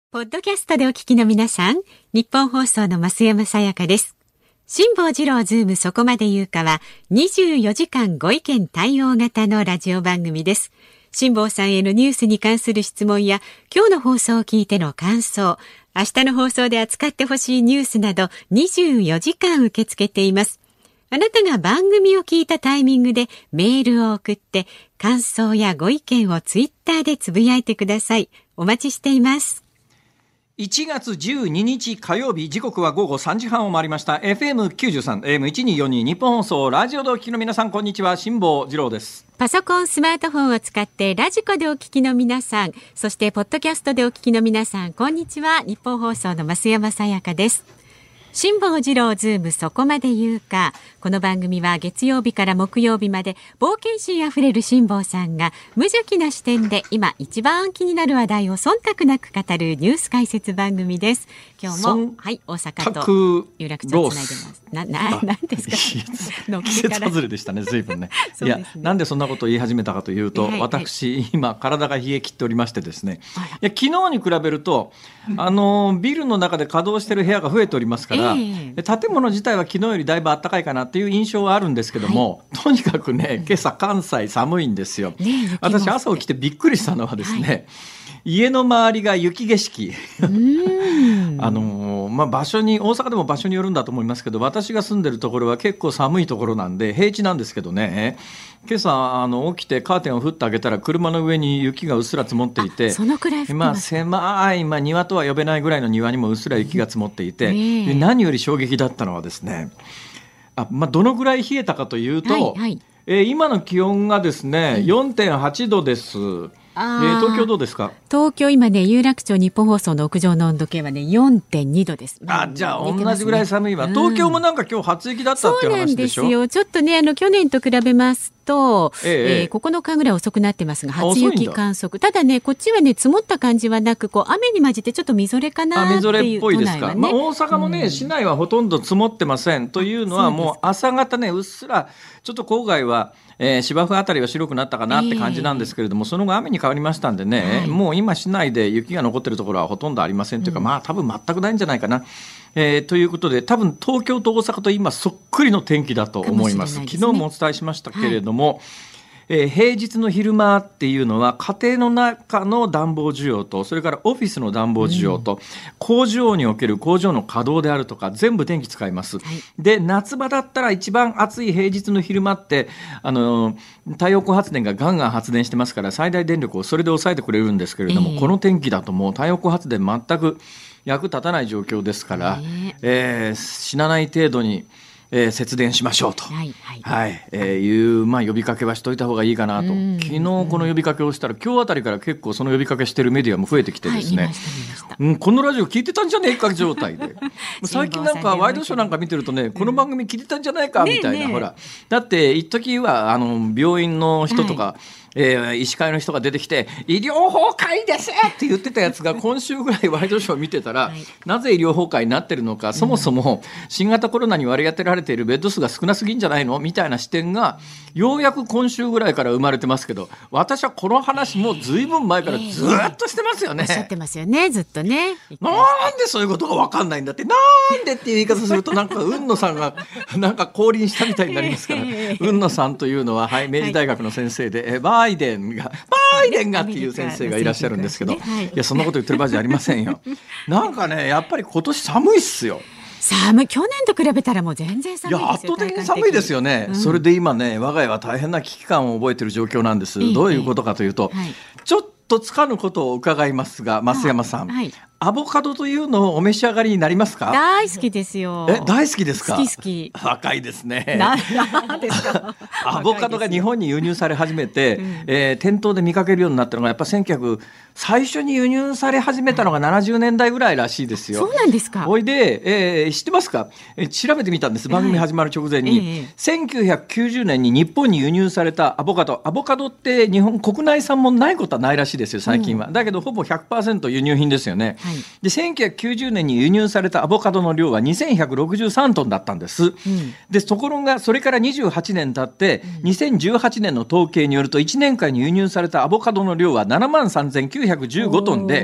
ポッドキャストでお聞きの皆さん、日本放送の増山さやかです。辛坊治郎ズームそこまで言うかは24時間ご意見対応型のラジオ番組です。辛坊さんへのニュースに関する質問や今日の放送を聞いての感想、明日の放送で扱ってほしいニュースなど24時間受け付けています。あなたが番組を聞いたタイミングでメールを送って感想やご意見をツイッターでつぶやいてください。お待ちしています。 1月12日火曜日、時刻は午後3時半を回りました。 FM93 AM1242 日本放送ラジオでお聞きの皆さん、こんにちは。辛坊治郎です。 パソコン、スマートフォンを使ってラジコでお聞きの皆さん、そしてポッドキャストでお聞きの皆さん、こんにちは。日本放送の増山さやかです。辛坊治郎ズームそこまで言うか。この番組は月曜日から木曜日まで冒険心あふれる辛坊さんが無邪気な視点で今一番気になる話題を忖度なく語るニュース解説番組です。今日も、はい、大阪と有楽町をつないでます。何ですか季節外れでしたね、随分ね。いや、なんでそんなことを言い始めたかというと、私今体が冷え切っておりましてですね、いや、昨日に比べるとビルの中で稼働している部屋が増えておりますから、建物自体は昨日よりだいぶ暖かいかなっていう印象はあるんですけども、とにかくね、今朝関西寒いんですよ。私朝起きてびっくりしたのはですね、家の周りが雪景色場所に、大阪でも場所によるんだと思いますけど、私が住んでるところは結構寒いところなんで平地なんですけどね、今朝起きてカーテンを振ってあげたら車の上に雪がうっすら積もっていて、 そのくらい降ってます。 狭い、庭とは呼べないぐらいの庭にもうっすら雪が積もっていて、で何より衝撃だったのはですね、どのぐらい冷えたかというと、今の気温がですね、4.8 度です。東京どうですか？ 東京今ね、有楽町日本放送の屋上の温度計はね 4.2 度です。 じゃあ同じぐらい寒いわ。東京もなんか今日初雪だったっていう話でしょ。 そうなんですよ。ちょっとね、去年と比べますと、9日ぐらい遅くなってますが、初雪観測。ただね、こっちはね、積もった感じはなく、雨に混じってちょっとみぞれかなっていう。 みぞれっぽいですか。 大阪もね、市内はほとんど積もってません。というのはもう朝方ね、うっすらちょっと郊外は芝生あたりは白くなったかなって感じなんですけれども、その後雨に変わりましたんでね、もう今市内で雪が残っているところはほとんどありませんというか、多分全くないんじゃないかな、ということで、多分東京と大阪と今そっくりの天気だと思います。昨日もお伝えしましたけれども、平日の昼間っていうのは家庭の中の暖房需要と、それからオフィスの暖房需要と、工場における工場の稼働であるとか全部電気使います。で、夏場だったら一番暑い平日の昼間って太陽光発電がガンガン発電してますから、最大電力をそれで抑えてくれるんですけれども、この天気だともう太陽光発電全く役立たない状況ですから、死なない程度に節電しましょうと、いう呼びかけはしといた方がいいかなと。昨日この呼びかけをしたら、今日あたりから結構その呼びかけしてるメディアも増えてきてですね、このラジオ聞いてたんじゃねえか状態で最近なんかワイドショーなんか見てるとね、この番組聞いてたんじゃないかみたいな、ほら、だって一時は病院の人とか、医師会の人が出てきて医療崩壊ですって言ってたやつが今週ぐらいワイドショーを見てたら、なぜ医療崩壊になってるのか、そもそも新型コロナに割り当てられているベッド数が少なすぎんじゃないのみたいな視点がようやく今週ぐらいから生まれてますけど、私はこの話もうずいぶん前からずっとしてますよね。 おっしゃってますよね、ずっとね。 なんでそういうことが分かんないんだって、なんでっていう言い方するとなんか海野さんがなんか降臨したみたいになりますから海野さんというのは、明治大学の先生で、バイデンがっていう先生がいらっしゃるんですけど、いや、そんなこと言ってる場合じゃありませんよ。なんかね、やっぱり今年寒いっすよ。 寒い。去年と比べたらもう全然寒いですよ。 圧倒的に寒いですよね。それで今ね、我が家は大変な危機感を覚えている状況なんです。どういうことかというと、ちょっとつかぬことを伺いますが、増山さん、アボカドというのをお召し上がりになりますか？ 大好きですよ。 大好きですか？ 好き。 若いですね。 なんですか？ アボカドが日本に輸入され始めて、店頭で見かけるようになったのがやっぱ最初に輸入され始めたのが70年代ぐらいらしいですよ。 そうなんですか？ おいで、知ってますか？調べてみたんです。番組始まる直前に、1990年に日本に輸入されたアボカドって日本国内産もないことはないらしいですよ、最近は。だけどほぼ 100% 輸入品ですよね。 で1990年に輸入されたアボカドの量は2163トンだったんです、でところがそれから28年経って、2018年の統計によると1年間に輸入されたアボカドの量は73,915トンで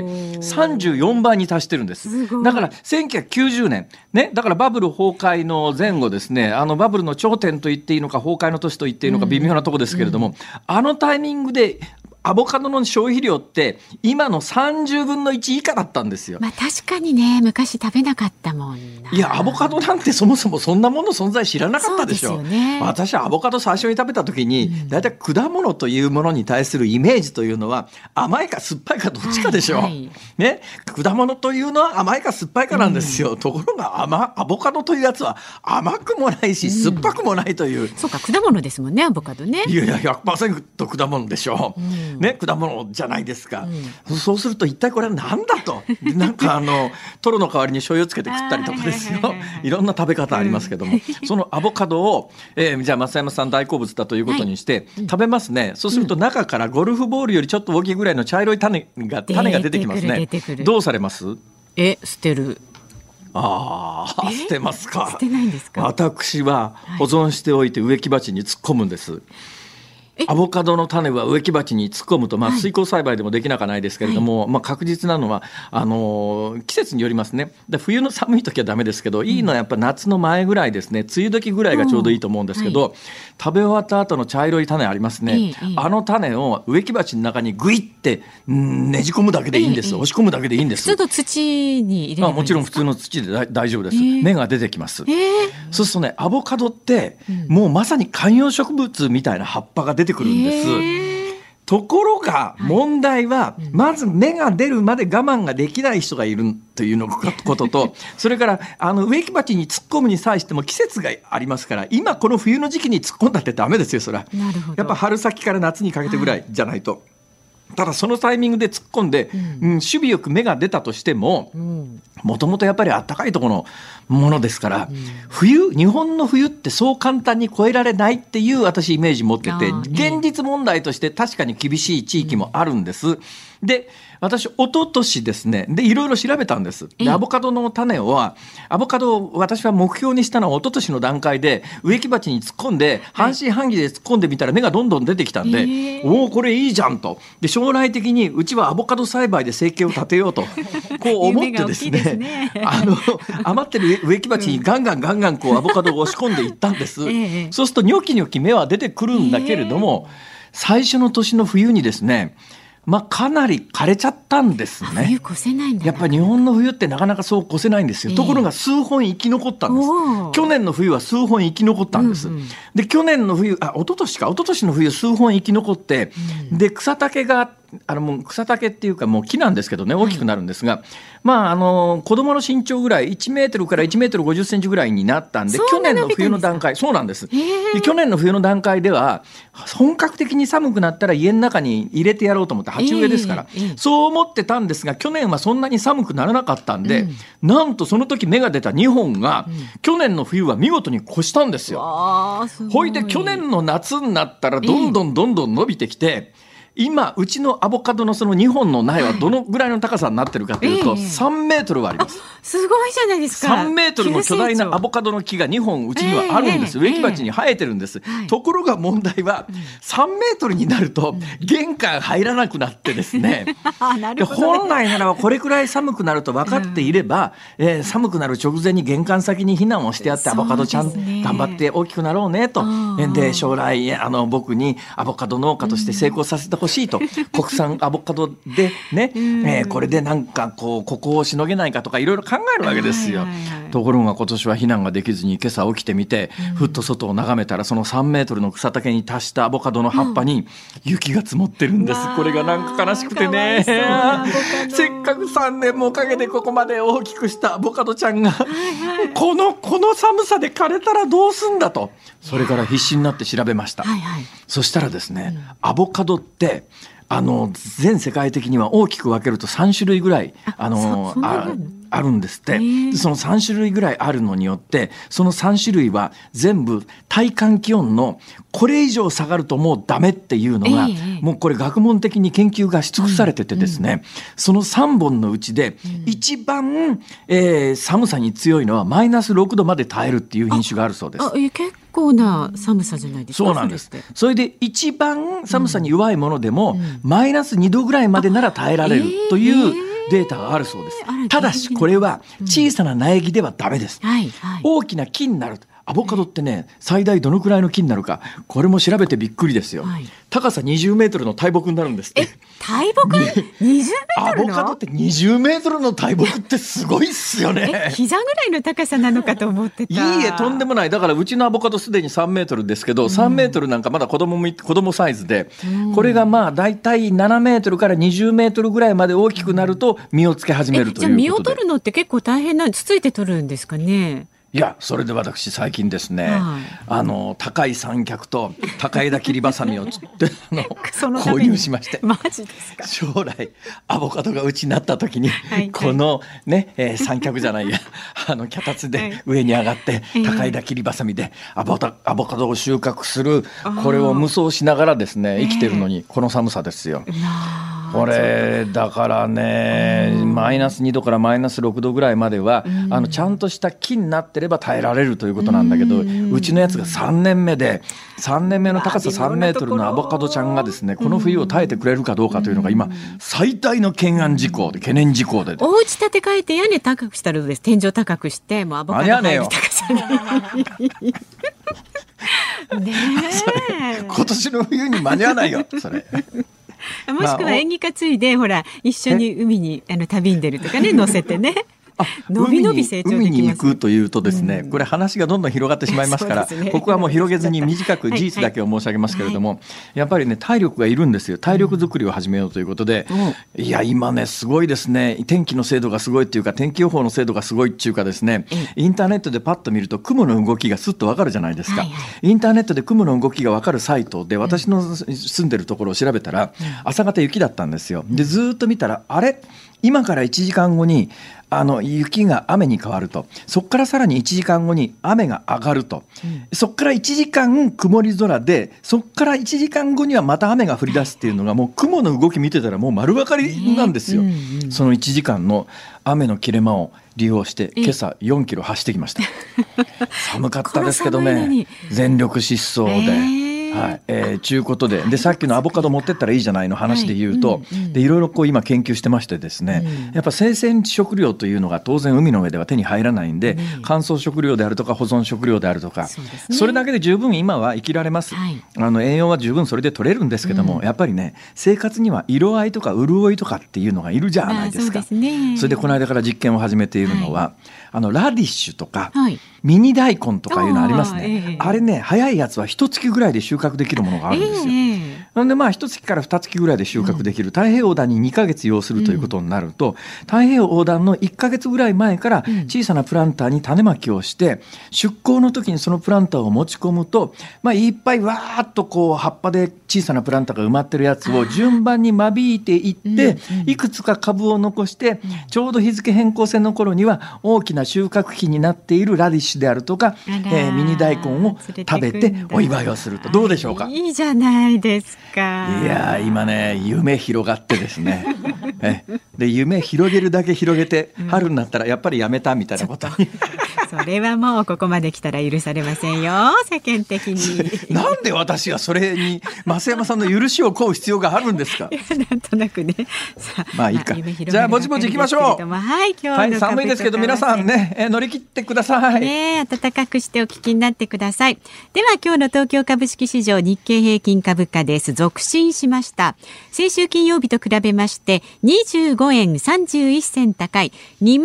34倍に達してるんです。だから1990年、ね、だからバブル崩壊の前後ですね、バブルの頂点と言っていいのか崩壊の年と言っていいのか微妙なところですけれども、あのタイミングでアボカドの消費量って今の30分の1以下だったんですよ。 確かにね、昔食べなかったもんな。 いや、アボカドなんてそもそもそんなもの存在知らなかったでしょ。 そうですよね。 私はアボカド最初に食べた時に、だいたい果物というものに対するイメージというのは甘いか酸っぱいかどっちかでしょ、ね、果物というのは甘いか酸っぱいかなんですよ、ところがアボカドというやつは甘くもないし、酸っぱくもないという、 そうか、果物ですもんね、アボカドね。 いやいや 100% 果物でしょ、ね、果物じゃないですか、そうすると一体これは何だと、なんかトロの代わりに醤油つけて食ったりとかですよ、いろんな食べ方ありますけども、そのアボカドを、じゃあ増山さん大好物だということにして、食べますね。そうすると中からゴルフボールよりちょっと大きいぐらいの茶色い種が出てきますね。どうされます？ 捨てる。 捨てますか？ 捨てないんですか？ 私は保存しておいて植木鉢に突っ込むんです。アボカドの種は植木鉢に突っ込むと、水耕栽培でもできなくはないですけれども、確実なのは季節によりますね。で冬の寒い時はダメですけど、いいのはやっぱ夏の前ぐらいですね、梅雨時ぐらいがちょうどいいと思うんですけど、食べ終わった後の茶色い種ありますね、あの種を植木鉢の中にグイってねじ込むだけでいいんです、押し込むだけでいいんです。 普通の土に入れればいいんですか？もちろん普通の土で大丈夫です、芽が出てきます、そうするとね、アボカドって、もうまさに観葉植物みたいな葉っぱが出てくるんです。ところが問題は、まず芽が出るまで我慢ができない人がいるというのことと、それから植木鉢に突っ込むに際しても季節がありますから、今この冬の時期に突っ込んだってダメですよ、それは。やっぱ春先から夏にかけてぐらいじゃないと。ただそのタイミングで突っ込んで、守備よく芽が出たとしても、もともとやっぱり暖かいところのものですから、日本の冬ってそう簡単に越えられないっていう私イメージ持ってて、現実問題として確かに厳しい地域もあるんです。で、私一昨年ですね、でいろいろ調べたんです。でアボカドの種を私は目標にしたのは一昨年の段階で植木鉢に突っ込んで、半信半疑で突っ込んでみたら芽がどんどん出てきたんで、これいいじゃんと。で将来的にうちはアボカド栽培で生計を立てようとこう思ってですね、余ってる植木鉢にガンガンこうアボカドを押し込んでいったんです、そうするとニョキニョキ芽は出てくるんだけれども、最初の年の冬にですね、かなり枯れちゃったんですね。 冬越せないんだ。 やっぱり日本の冬ってなかなかそう越せないんですよ。ところが数本生き残ったんです。去年の冬は数本生き残ったんです。で去年の冬、一昨年の冬数本生き残って、で草丈がもう草丈っていうかもう木なんですけどね、大きくなるんですが、子供の身長ぐらい1メートルから1メートル50センチぐらいになったんで、去年の冬の段階、そうなんです。で去年の冬の段階では本格的に寒くなったら家の中に入れてやろうと思って、鉢植えですから、そう思ってたんですが、去年はそんなに寒くならなかったんで、なんとその時芽が出た2本が、去年の冬は見事に越したんですよ。ほいで去年の夏になったらどんどん伸びてきて、今うちのアボカドのその2本の苗はどのぐらいの高さになってるかというと、3メートルはあります。 すごいじゃないですか。 3メートルの巨大なアボカドの木が2本うちにはあるんです。植木鉢に生えてるんです。ところが問題は3メートルになると玄関入らなくなってですね、で本来ならばこれくらい寒くなると分かっていれば、寒くなる直前に玄関先に避難をしてやって、アボカドちゃん頑張って大きくなろうねと、で将来僕にアボカド農家として成功させてほしいと、国産アボカドでね、これでなんかここをしのげないかとかいろいろ考えるわけですよ。ところが今年は避難ができずに今朝起きてみて、ふっと外を眺めたら、その3メートルの草丈に達したアボカドの葉っぱに雪が積もってるんです。これがなんか悲しくてね、せっかく3年もかけてここまで大きくしたアボカドちゃんが、この寒さで枯れたらどうすんだと、それから必死になって調べました。そしたらですね、アボカドって全世界的には大きく分けると3種類ぐらいあるんですって。でその3種類ぐらいあるのによってその3種類は全部体感気温のこれ以上下がるともうダメっていうのが、もうこれ学問的に研究がし尽くされててですね、その3本のうちで一番、寒さに強いのはマイナス6度まで耐えるっていう品種があるそうです。 結構な寒さじゃないですか。 そうなんです。それで一番寒さに弱いものでも、マイナス2度ぐらいまでなら耐えられるというデータがあるそうです。ただしこれは小さな苗木ではダメです。大きな木になる。アボカドってね、最大どのくらいの木になるか、これも調べてびっくりですよ。高さ20メートルの大木になるんですって。 大木20メートルの？ アボカドって20メートルの大木ってすごいっすよね。 膝ぐらいの高さなのかと思ってた。 いいえ、とんでもない。だからうちのアボカドすでに3メートルですけど、3メートルなんかまだ子供サイズで、これがまあだいたい7メートルから20メートルぐらいまで大きくなると実をつけ始めるということで。 じゃあ実を取るのって結構大変なんです。つついて取るんですかね。 いや、それで私最近ですね、高い三脚と高枝切りばさみをつって購入しまして、 マジですか。 将来アボカドがうちになった時に、このね、三脚じゃないや脚立で上に上がって、高枝切りばさみでアボカドを収穫する、これを無双しながらですね生きてるのに、この寒さですよ。これだからね、マイナス2度からマイナス6度ぐらいまでは、ちゃんとした木になってれば耐えられるということなんだけど、うちのやつが3年目で3年目の高さ3メートルのアボカドちゃんがですね、この冬を耐えてくれるかどうかというのが今最大の懸念事項でお家建て替えて屋根高くしたらどうです。天井高くしてもうアボカド入る高さに今年の冬に間に合わないよそれ。 もしくは縁起担いでほら一緒に海に旅に出るとかね、乗せてねのびのび成長できます。 海に行くというとですね、これ話がどんどん広がってしまいますから、ここはもう広げずに短く事実だけを申し上げますけれども、やっぱりね体力がいるんですよ。体力作りを始めようということで、いや今ねすごいですね。天気の精度がすごいっていうか、天気予報の精度がすごいっていうかですね、インターネットでパッと見ると雲の動きがスッとわかるじゃないですか。インターネットで雲の動きがわかるサイトで私の住んでるところを調べたら、朝方雪だったんですよ。でずっと見たら、あれ今から1時間後に雪が雨に変わると、そこからさらに1時間後に雨が上がると、そこから1時間曇り空で、そこから1時間後にはまた雨が降り出すっていうのが、もう雲の動き見てたらもう丸分かりなんですよ。その1時間の雨の切れ間を利用して今朝4キロ走ってきました。寒かったですけどね、全力疾走で。ちゅうことで、さっきのアボカド持ってったらいいじゃないの話で言うと、でいろいろこう今研究してましてですね、やっぱ生鮮食料というのが当然海の上では手に入らないんで、乾燥食料であるとか保存食料であるとか、それだけで十分今は生きられます。栄養は十分それで取れるんですけども、やっぱりね生活には色合いとか潤いとかっていうのがいるじゃないですか。それでこの間から実験を始めているのは、ラディッシュとか、ミニ大根とかいうのありますね。あれね早いやつは1月ぐらいで収穫できるものがあるんですよ。なんで1月から2月ぐらいで収穫できる、太平洋横断に2ヶ月要するということになると、太平洋横断の1ヶ月ぐらい前から小さなプランターに種まきをして、出港の時にそのプランターを持ち込むと、いっぱいわーっとこう葉っぱで小さなプランターが埋まってるやつを順番に間引いていって、いくつか株を残して、ちょうど日付変更線の頃には大きな収穫期になっているラディッシュであるとか、ミニ大根を食べてお祝いをするとどうでしょうか。 いいじゃないですか。 いや今ね夢広がってですねで夢広げるだけ広げて、春になったらやっぱりやめたみたいなことにそれはもうここまで来たら許されませんよ、世間的に。 なんで私がそれに増山さんの許しを請う必要があるんですか。 なんとなくね。 いいか。じゃあぼちぼち行きましょう。 今日の寒いですけど皆さんね、乗り切ってください。 暖かくしてお聞きになってください。では今日の東京株式市場、日経平均株価です。続伸しました。先週金曜日と比べまして25円31銭高い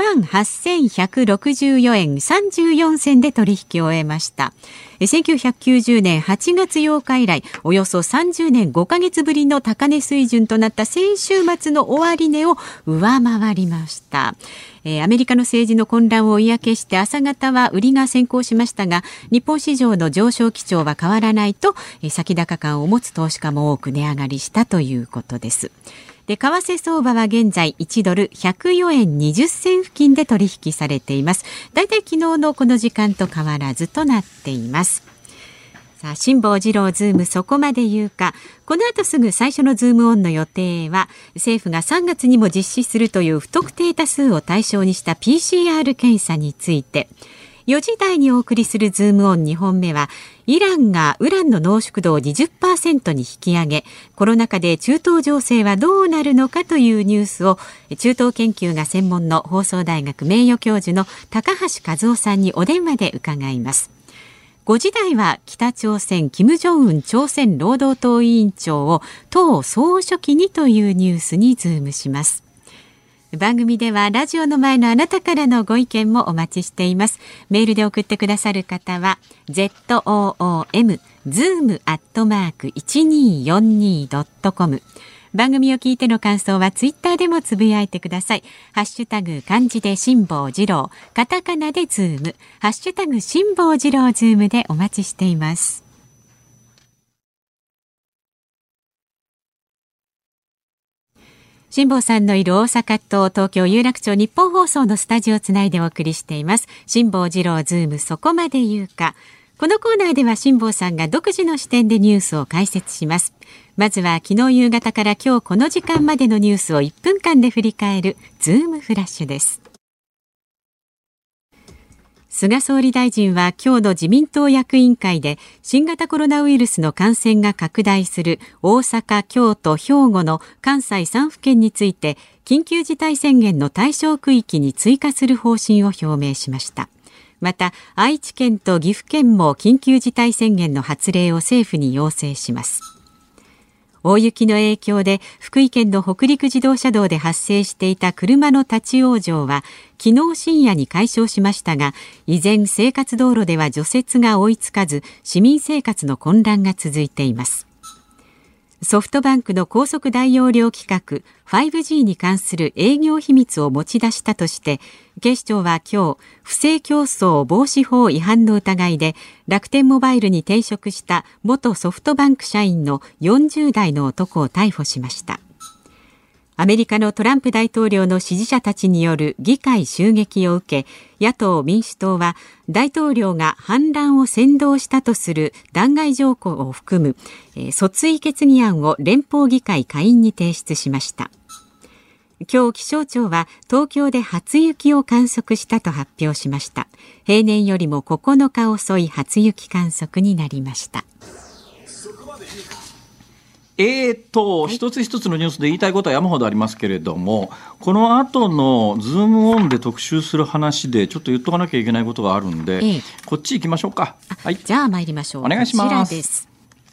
28,164 円34銭で取引を終えました。1990年8月8日以来およそ30年5ヶ月ぶりの高値水準となった先週末の終値を上回りました。アメリカの政治の混乱を嫌気して朝方は売りが先行しましたが、日本市場の上昇基調は変わらないと、先高感を持つ投資家も多く値上がりしたということです。 で、為替相場は現在1ドル104円20銭付近で取引されています。だいたい昨日のこの時間と変わらずとなっています。さあ、辛坊治郎ズームそこまで言うか。この後すぐ最初のズームオンの予定は、政府が3月にも実施するという不特定多数を対象にした PCR 検査について、4時台にお送りするズームオン2本目は、イランがウランの濃縮度を 20% に引き上げ、コロナ禍で中東情勢はどうなるのかというニュースを、中東研究が専門の放送大学名誉教授の高橋和夫さんにお電話で伺います。5時台は北朝鮮金正恩朝鮮労働党委員長を党総書記にというニュースにズームします。番組ではラジオの前のあなたからのご意見もお待ちしています。メールで送ってくださる方は zoom@1242.com、 番組を聞いての感想はツイッターでもつぶやいてください。ハッシュタグ漢字で辛坊治郎、カタカナでズーム、ハッシュタグ辛坊治郎ズームでお待ちしています。辛坊さんのいる大阪と東京有楽町日本放送のスタジオをつないでお送りしています。辛坊治郎ズームそこまで言うか。このコーナーでは辛坊さんが独自の視点でニュースを解説します。まずは昨日夕方から今日この時間までのニュースを1分間で振り返るズームフラッシュです。菅総理大臣は今日の自民党役員会で新型コロナウイルスの感染が拡大する大阪、京都、兵庫の関西3府県について緊急事態宣言の対象区域に追加する方針を表明しました。また愛知県と岐阜県も緊急事態宣言の発令を政府に要請します。大雪の影響で福井県の北陸自動車道で発生していた車の立ち往生は昨日深夜に解消しましたが、依然生活道路では除雪が追いつかず市民生活の混乱が続いています。ソフトバンクの高速大容量規格 5G に関する営業秘密を持ち出したとして警視庁は今日不正競争防止法違反の疑いで楽天モバイルに転職した元ソフトバンク社員の40代の男を逮捕しました。アメリカのトランプ大統領の支持者たちによる議会襲撃を受け、野党民主党は大統領が反乱を扇動したとする弾劾条項を含む訴追決議案を連邦議会下院に提出しました。今日気象庁は東京で初雪を観測したと発表しました。平年よりも9日遅い初雪観測になりました。 一つ一つのニュースで言いたいことは山ほどありますけれども、この後のズームオンで特集する話でちょっと言っとかなきゃいけないことがあるんで、こっち行きましょうか。 はい、じゃあ参りましょう。 お願いします。 こちらです。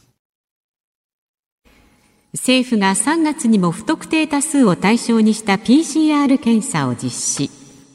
政府が3月にも不特定多数を対象にした PCR 検査を実施。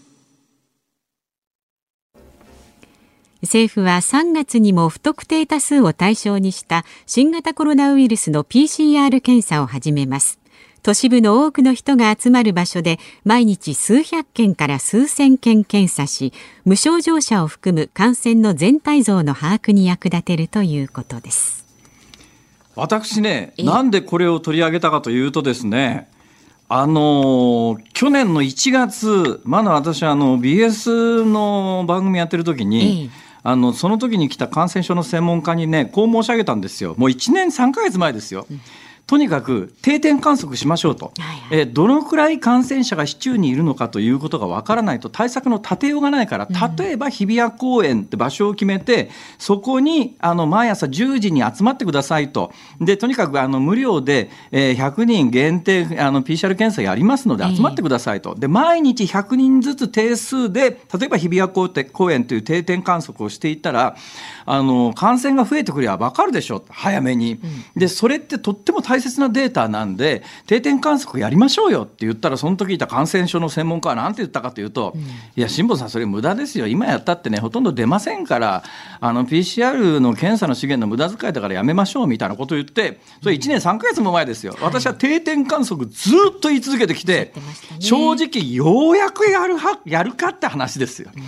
政府は3月にも不特定多数を対象にした新型コロナウイルスの PCR 検査を始めます。都市部の多くの人が集まる場所で毎日数百件から数千件検査し、無症状者を含む感染の全体像の把握に役立てるということです。 私ね、なんでこれを取り上げたかというとですね、去年の1月、まだ私BS の番組やってる時に、その時に来た感染症の専門家にね、こう申し上げたんですよ。もう1年3ヶ月前ですよ。とにかく定点観測しましょうと、どのくらい感染者が市中にいるのかということがわからないと対策の立てようがないから、例えば日比谷公園って場所を決めて、そこに毎朝10時に集まってくださいと。でとにかく無料で、100人限定PCR 検査やりますので集まってくださいと。で毎日100人ずつ定数で、例えば日比谷公園という定点観測をしていったら感染が増えてくれば分かるでしょ、早めに。でそれってとっても大切なデータなんで定点観測やりましょうよって言ったら、その時いた感染症の専門家は何て言ったかというと、いや辛坊さんそれ無駄ですよ、今やったってねほとんど出ませんから、PCR の検査の資源の無駄遣いだからやめましょうみたいなことを言って、それ1年3ヶ月も前ですよ。私は定点観測ずっと言い続けてきて、正直ようやくやるかって話ですよ。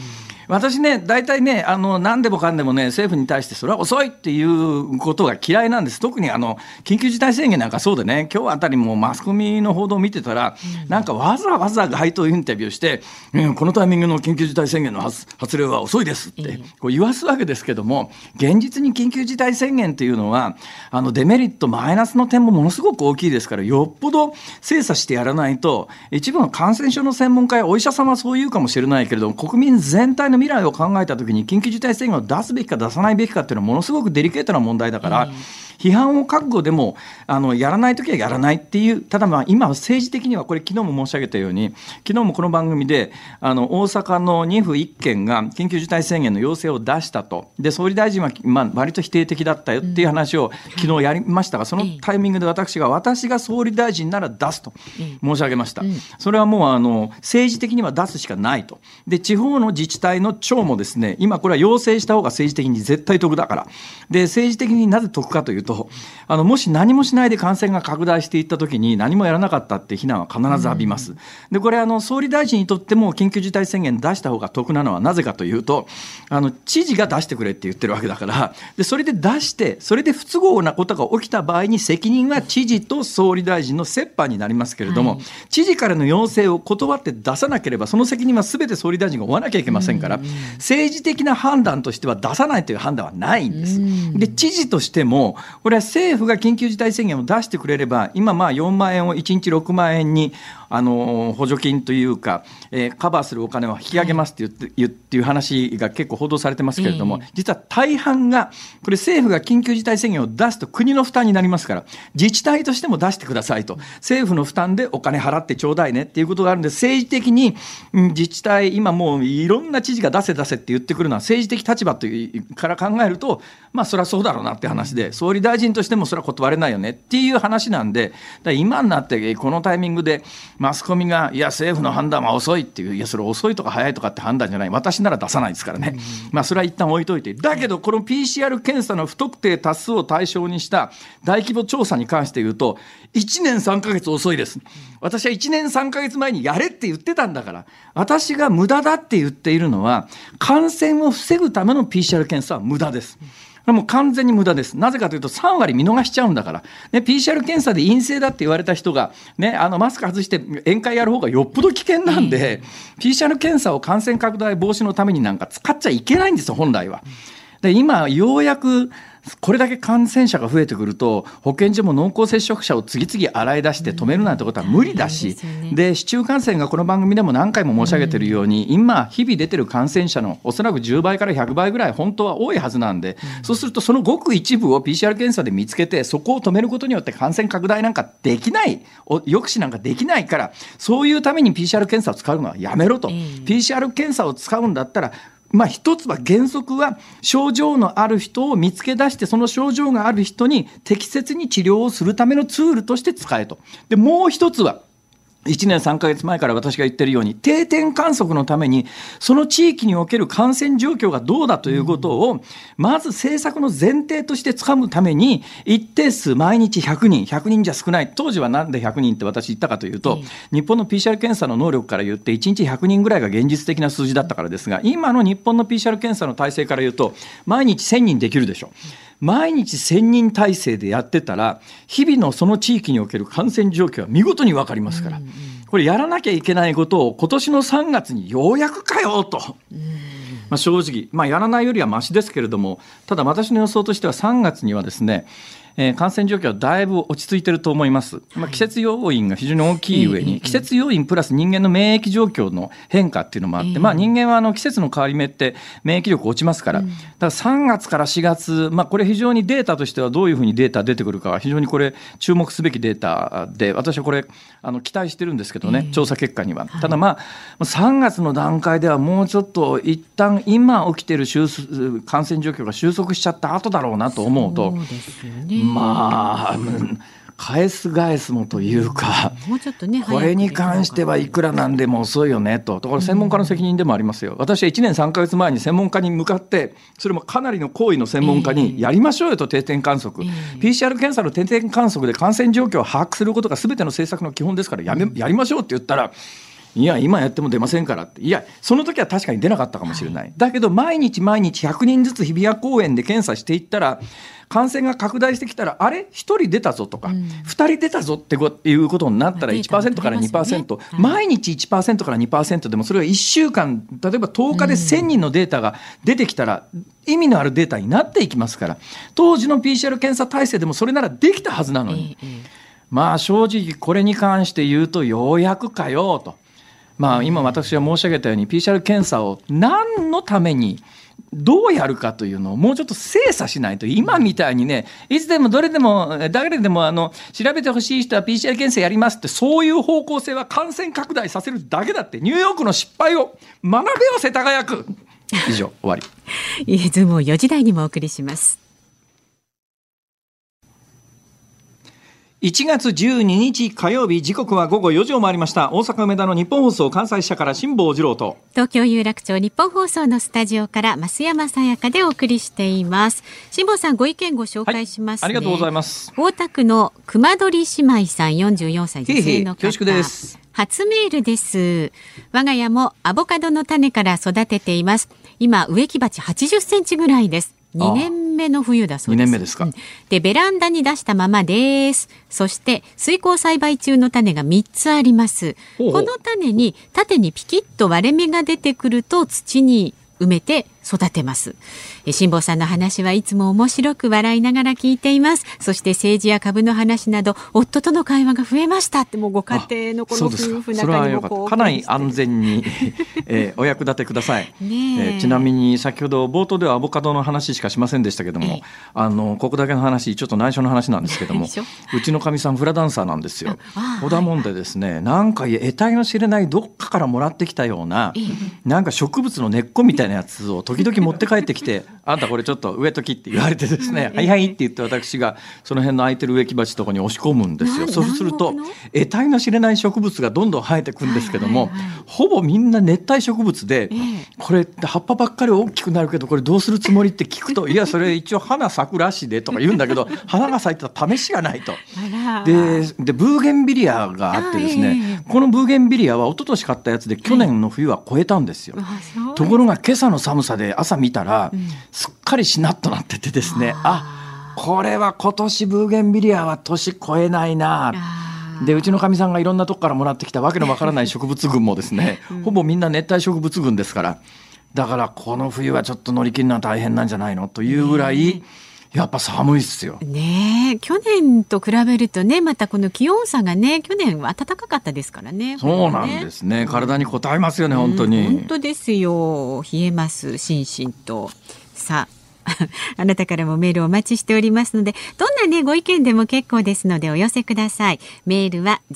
私ね、大体ね、何でもかんでもね、政府に対してそれは遅いっていうことが嫌いなんです。特に緊急事態宣言なんかそうでね、今日あたりもマスコミの報道を見てたら、なんかわざわざ街頭インタビューして、このタイミングの緊急事態宣言の発令は遅いですってこう言わすわけですけども、現実に緊急事態宣言っていうのはデメリットマイナスの点もものすごく大きいですから、よっぽど精査してやらないと、一部の感染症の専門家やお医者様はそう言うかもしれないけれども、国民全体の未来を考えたときに緊急事態宣言を出すべきか出さないべきかっていうのはものすごくデリケートな問題だから、批判を覚悟でもやらないときはやらないっていう。ただ今政治的にはこれ昨日も申し上げたように、昨日もこの番組で大阪の2府1県が緊急事態宣言の要請を出したと。で総理大臣は割と否定的だったよっていう話を昨日やりましたが、そのタイミングで私が総理大臣なら出すと申し上げました。それはもう政治的には出すしかないと。で地方の自治体の長もですね、今これは要請した方が政治的に絶対得だから。で政治的になぜ得かというと、もし何もしないで感染が拡大していったときに何もやらなかったって非難は必ず浴びます。でこれ総理大臣にとっても緊急事態宣言出した方が得なのはなぜかというと、知事が出してくれって言ってるわけだから。でそれで出して、それで不都合なことが起きた場合に責任は知事と総理大臣の折半になりますけれども、知事からの要請を断って出さなければその責任は全て総理大臣が負わなきゃいけませんから、政治的な判断としては出さないという判断はないんです。で知事としてもこれは政府が緊急事態宣言を出してくれれば、今4万円を1日6万円に補助金というか、カバーするお金を引き上げますっていう話が結構報道されてますけれども、実は大半がこれ政府が緊急事態宣言を出すと国の負担になりますから、自治体としても出してくださいと、政府の負担でお金払ってちょうだいねっていうことがあるんで、政治的に自治体今もういろんな知事が出せ出せって言ってくるのは政治的立場というから考えると、そりゃそうだろうなって話で、総理大臣としてもそれは断れないよねっていう話なんで、だ今になってこのタイミングでマスコミがいや政府の判断は遅いっていう、いやそれ遅いとか早いとかって判断じゃない、私なら出さないですからね。それは一旦置いといて、だけどこの PCR 検査の不特定多数を対象にした大規模調査に関して言うと1年3ヶ月遅いです。私は1年3ヶ月前にやれって言ってたんだから。私が無駄だって言っているのは、感染を防ぐための PCR 検査は無駄です。もう完全に無駄です。なぜかというと3割見逃しちゃうんだから、ね、PCR 検査で陰性だって言われた人が、ね、マスク外して宴会やる方がよっぽど危険なんで、PCR 検査を感染拡大防止のためになんか使っちゃいけないんですよ本来は。で今ようやくこれだけ感染者が増えてくると、保健所も濃厚接触者を次々洗い出して止めるなんてことは無理だし、で市中感染がこの番組でも何回も申し上げているように、今日々出てる感染者のおそらく10倍から100倍ぐらい本当は多いはずなんで、そうするとそのごく一部を PCR 検査で見つけて、そこを止めることによって感染拡大なんかできない、抑止なんかできないから、そういうために PCR 検査を使うのはやめろと。PCR 検査を使うんだったら一つは原則は症状のある人を見つけ出して、その症状がある人に適切に治療をするためのツールとして使えと。でもう一つは1年3ヶ月前から私が言っているように、定点観測のためにその地域における感染状況がどうだということをまず政策の前提としてつかむために、一定数毎日100人じゃ少ない。当時はなんで100人って私言ったかというと、日本の PCR 検査の能力から言って1日100人ぐらいが現実的な数字だったからですが、今の日本の PCR 検査の体制から言うと毎日1000人できるでしょ。毎日1000人体制でやってたら、日々のその地域における感染状況は見事に分かりますから、これやらなきゃいけないことを今年の3月にようやくかよと、正直、やらないよりはマシですけれども、ただ私の予想としては3月にはですね、感染状況はだいぶ落ち着いていると思います。季節要因が非常に大きい上に、季節要因プラス人間の免疫状況の変化っていうのもあって、人間は季節の変わり目って免疫力落ちますから、だから3月から4月、これ非常にデータとしてはどういうふうにデータ出てくるかは非常にこれ注目すべきデータで、私はこれ期待してるんですけどね、調査結果には。ただ3月の段階ではもうちょっと一旦今起きている感染状況が収束しちゃった後だろうなと思うと、そうですよね、返すもというか、もうちょっとね、これに関してはいくらなんでも遅いよねと。だから専門家の責任でもありますよ。私は1年3ヶ月前に専門家に向かって、それもかなりの高位の専門家にやりましょうよと、定点観測、PCR 検査の定点観測で感染状況を把握することが全ての政策の基本ですからやりましょうって言ったら、 いや今やっても出ませんからって。いやその時は確かに出なかったかもしれない、だけど毎日100人ずつ日比谷公園で検査していったら、感染が拡大してきたら、あれ1人出たぞとか、2人出たぞっていうことになったら 1% から 2%、毎日 1% から 2% でも、それが1週間、例えば10日で1000人のデータが出てきたら意味のあるデータになっていきますから、当時の PCR 検査体制でもそれならできたはずなのに、まあ正直これに関して言うとようやくかよと。まあ今私が申し上げたように PCR 検査を何のためにどうやるかというのをもうちょっと精査しないと、今みたいにね、いつでもどれでも誰でも調べてほしい人は PCR 検査やりますって、そういう方向性は感染拡大させるだけだって。ニューヨークの失敗を学べよ世田谷区。以上終わり。 ズームを4時台にもお送りします。 1月12日火曜日、時刻は午後4時を回りました。大阪梅田の日本放送関西支社から辛坊治郎と、 東京有楽町日本放送のスタジオから増山さやかでお送りしています。辛坊さん、ご意見ご紹介しますね。 ありがとうございます。 大田区の熊取姉妹さん、44歳女性の方。 恐縮です。 初メールです。我が家もアボカドの種から育てています。今植木鉢80センチぐらいです。2年目の冬だそうです。 2年目ですか。 でベランダに出したままです。そして水耕栽培中の種が3つあります。この種に縦にピキッと割れ目が出てくると土に埋めて育てます。辛坊さんの話はいつも面白く笑いながら聞いています。そして政治や株の話など夫との会話が増えましたって。もうご家庭のこの夫婦仲にもこう、 かなり安全に、お役立てください。ちなみに先ほど冒頭ではアボカドの話しかしませんでしたけども、ここだけの話、ちょっと内緒の話なんですけども、うちのかみさんフラダンサーなんですよ。ほだもんでですね、なんか得体の知れないどっかからもらってきたような、なんか植物の根っこみたいなやつを時々持って帰ってきてあんたこれちょっと植えときって言われてですね、はいはいって言って私がその辺の空いてる植木鉢のところに押し込むんですよ。そうすると得体の知れない植物がどんどん生えてくんですけども、ほぼみんな熱帯植物で、これって葉っぱばっかり大きくなるけどこれどうするつもりって聞くと、いやそれ一応花咲くらしいでとか言うんだけど、花が咲いたら試しがないと。でブーゲンビリアがあってですね、このブーゲンビリアは一昨年買ったやつで去年の冬は超えたんですよ。ところが今朝の寒さで朝見たら、すっかりしなっとなっててですね、これは今年ブーゲンビリアは年越えないな。でうちのかみさんがいろんなとこからもらってきたわけのわからない植物群もですね、ほぼみんな熱帯植物群ですから、だからこの冬はちょっと乗り切るのは大変なんじゃないのというぐらい、やっぱ寒いっすよね。去年と比べるとね、またこの気温差がね、去年は暖かかったですからね。 そうなんですね。体に応えますよね、本当に。 本当ですよ。冷えます心身と。さああなたからもメールをお待ちしておりますので、どんなねご意見でも結構ですのでお寄せください。メールは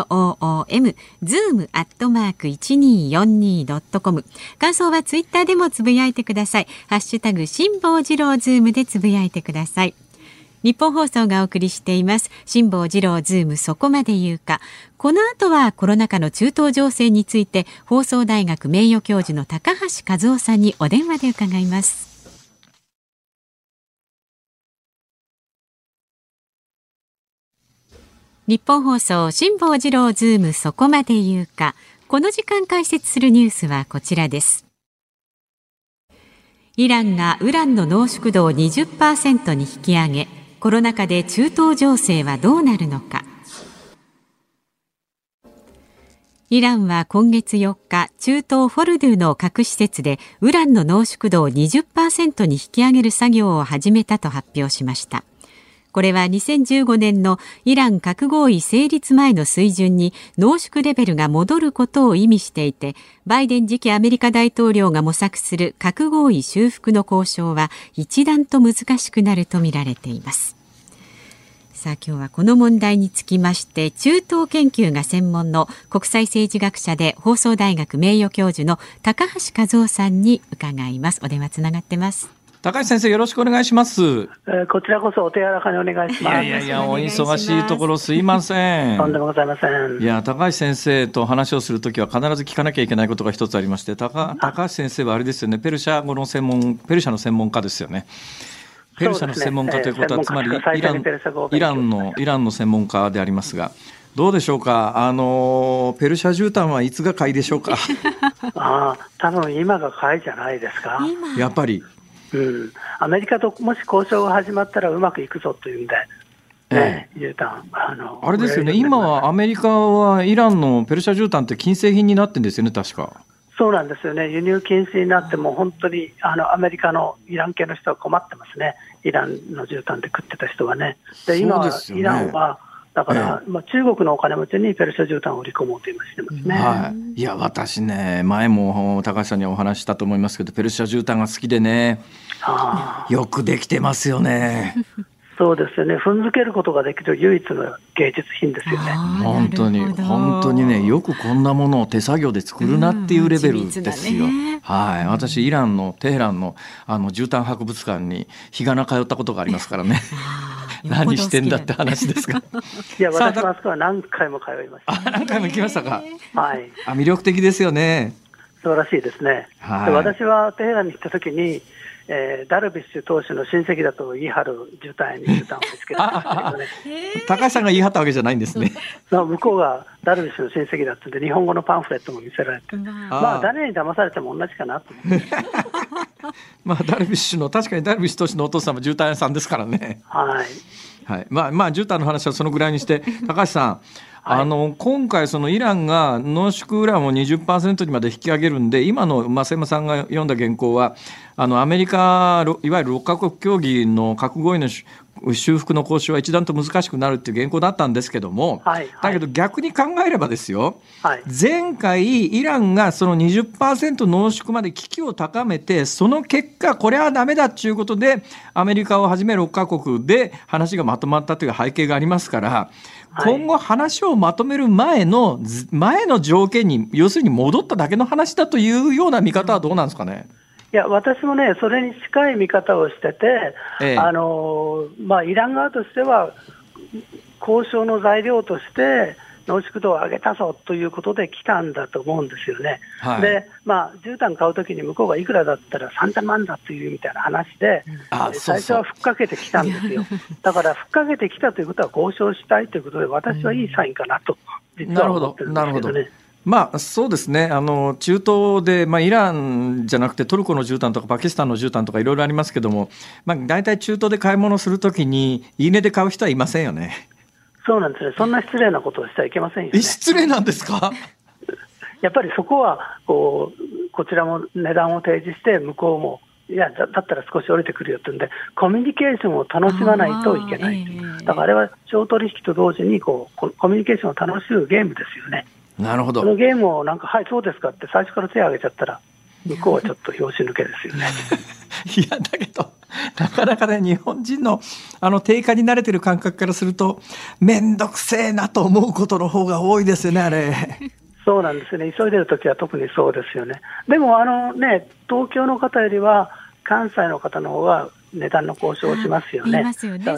zoom@1242.com。感想はツイッターでもつぶやいてください。ハッシュタグ辛坊治郎ズームでつぶやいてください。日本放送がお送りしています辛坊治郎ズームそこまで言うか。この後はコロナ禍の中東情勢について放送大学名誉教授の高橋和夫さんにお電話で伺います。日本放送辛坊治郎ズームそこまで言うか。この時間解説するニュースはこちらです。イランがウランの濃縮度を 20% に引き上げ、コロナ禍で中東情勢はどうなるのか。イランは今月4日、中東フォルドゥの核施設でウランの濃縮度を 20% に引き上げる作業を始めたと発表しました。これは2015年のイラン核合意成立前の水準に濃縮レベルが戻ることを意味していて、バイデン次期アメリカ大統領が模索する核合意修復の交渉は一段と難しくなるとみられています。さあ今日はこの問題につきまして中東研究が専門の国際政治学者で放送大学名誉教授の高橋和夫さんに伺います。お電話つながってます。 高橋先生よろしくお願いします。 こちらこそお手柔らかにお願いします。 いやお忙しいところすいません。 とんでもございません。 いや高橋先生と話をするときは必ず聞かなきゃいけないことが一つありまして、高橋先生はあれですよね、ペルシャの専門家ですよね。ペルシャの専門家ということは、つまりイランの専門家でありますが、 どうでしょうか、ペルシャ絨毯はいつが買いでしょうか。 多分今が買いじゃないですか。 やっぱり、 アメリカともし交渉が始まったらうまくいくぞというんで、絨毯あれですよね、今はアメリカはイランのペルシャ絨毯って禁制品になってるんですよね、確か。 そうなんですよね、輸入禁止になっても本当にアメリカのイラン系の人は困ってますね。イランの絨毯で食ってた人はね。で今はイランはだから、中国のお金持ちにペルシャ絨毯を売り込もうと今してますね。 いや私ね、前も高橋さんにはお話したと思いますけど、ペルシャ絨毯が好きでね、よくできてますよね。 そうですよね、踏んづけることができる唯一の芸術品ですよね。 本当にね、よくこんなものを手作業で作るなっていうレベルですよ。私イランのテヘランの絨毯博物館に日がな通ったことがありますからね。何してんだって話ですが。 いや私はあそこは何回も通いました。 何回も行きましたか。 はい。 魅力的ですよね。 素晴らしいですね。で私はテヘランに行った時に、ダルビッシュ投手の親戚だと言い張る絨毯屋に絨毯を見つけたんですけどね。 高橋さんが言い張ったわけじゃないんですね。 向こうがダルビッシュの親戚だってんで日本語のパンフレットも見せられて、誰に騙されても同じかなと思って。 ダルビッシュ確かにダルビッシュ投手のお父さんも絨毯屋さんですからね。絨毯の話はそのぐらいにして、高橋さん、今回そのイランが濃縮ウランを 20% にまで引き上げるんで、今の増山さんが読んだ原稿はアメリカいわゆる6カ国協議の核合意の修復の交渉は一段と難しくなるっていう原稿だったんですけども、だけど逆に考えればですよ、前回イランがその 20% 濃縮まで危機を高めて、その結果これはダメだっていうことでアメリカをはじめ6カ国で話がまとまったという背景がありますから、今後話をまとめる前の条件に要するに戻っただけの話だというような見方はどうなんですかね。 いや私もねそれに近い見方をしてて、イラン側としては交渉の材料として濃縮度を上げたぞということで来たんだと思うんですよね。で絨毯買うときに向こうがいくらだったら3000万だというみたいな話で、最初はふっかけてきたんですよ。だからふっかけてきたということは交渉したいということで、私はいいサインかなと実は思ってるんですけどね。 そうですね、中東で、イランじゃなくてトルコの絨毯とかパキスタンの絨毯とかいろいろありますけども、大体中東で買い物するときにいいねで買う人はいませんよね。 そうなんですね。そんな失礼なことをしてはいけませんよね。 失礼なんですか。 やっぱりそこはこちらも値段を提示して向こうもいやだったら少し降りてくるよってんでコミュニケーションを楽しまないといけない。だからあれは商取引と同時にコミュニケーションを楽しむゲームですよね。 なるほど。 そのゲームをはいそうですかって最初から手を挙げちゃったら向こうはちょっと拍子抜けですよね。 いやだけどなかなかね、日本人の定価に慣れてる感覚からするとめんどくせえなと思うことの方が多いですよね、あれ。 そうなんですね。急いでるときは特にそうですよね。でも東京の方よりは関西の方の方が値段の交渉をしますよね。そういう意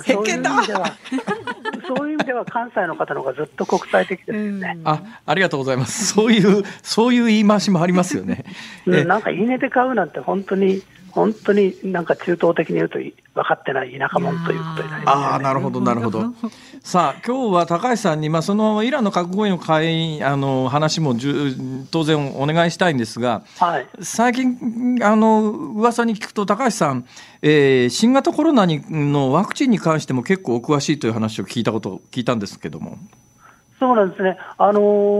味では関西の方の方がずっと国際的ですよね。 ありがとうございます。そういう言い回しもありますよね。 なんかいいねで買うなんて本当になんか中東的に言うと分かってない田舎者ということになりますよね。 なるほどなるほど。さあ今日は高橋さんに、そのイランの核合意の話も当然お願いしたいんですが、最近噂に聞くと高橋さん、新型コロナのワクチンに関しても結構お詳しいという話を聞いたんですけども。 そうなんですね。フ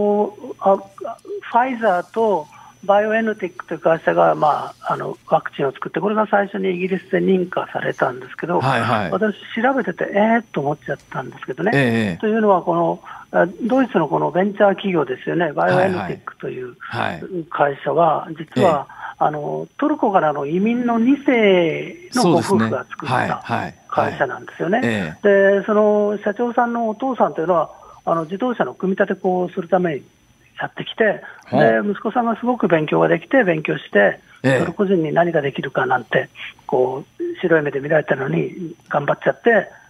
ァイザーとバイオエヌテックという会社が、ワクチンを作って、これが最初にイギリスで認可されたんですけど、私調べててと思っちゃったんですけどね、というのはドイツのこのベンチャー企業ですよね、バイオエヌテックという会社は実は、トルコからの移民の2世のご夫婦が作った会社なんですよね。でその社長さんのお父さんというのは自動車の組み立て工をするためにやってきて、で息子さんがすごく勉強ができて勉強して、トルコ人に何ができるかなんて白い目で見られたのに頑張っちゃって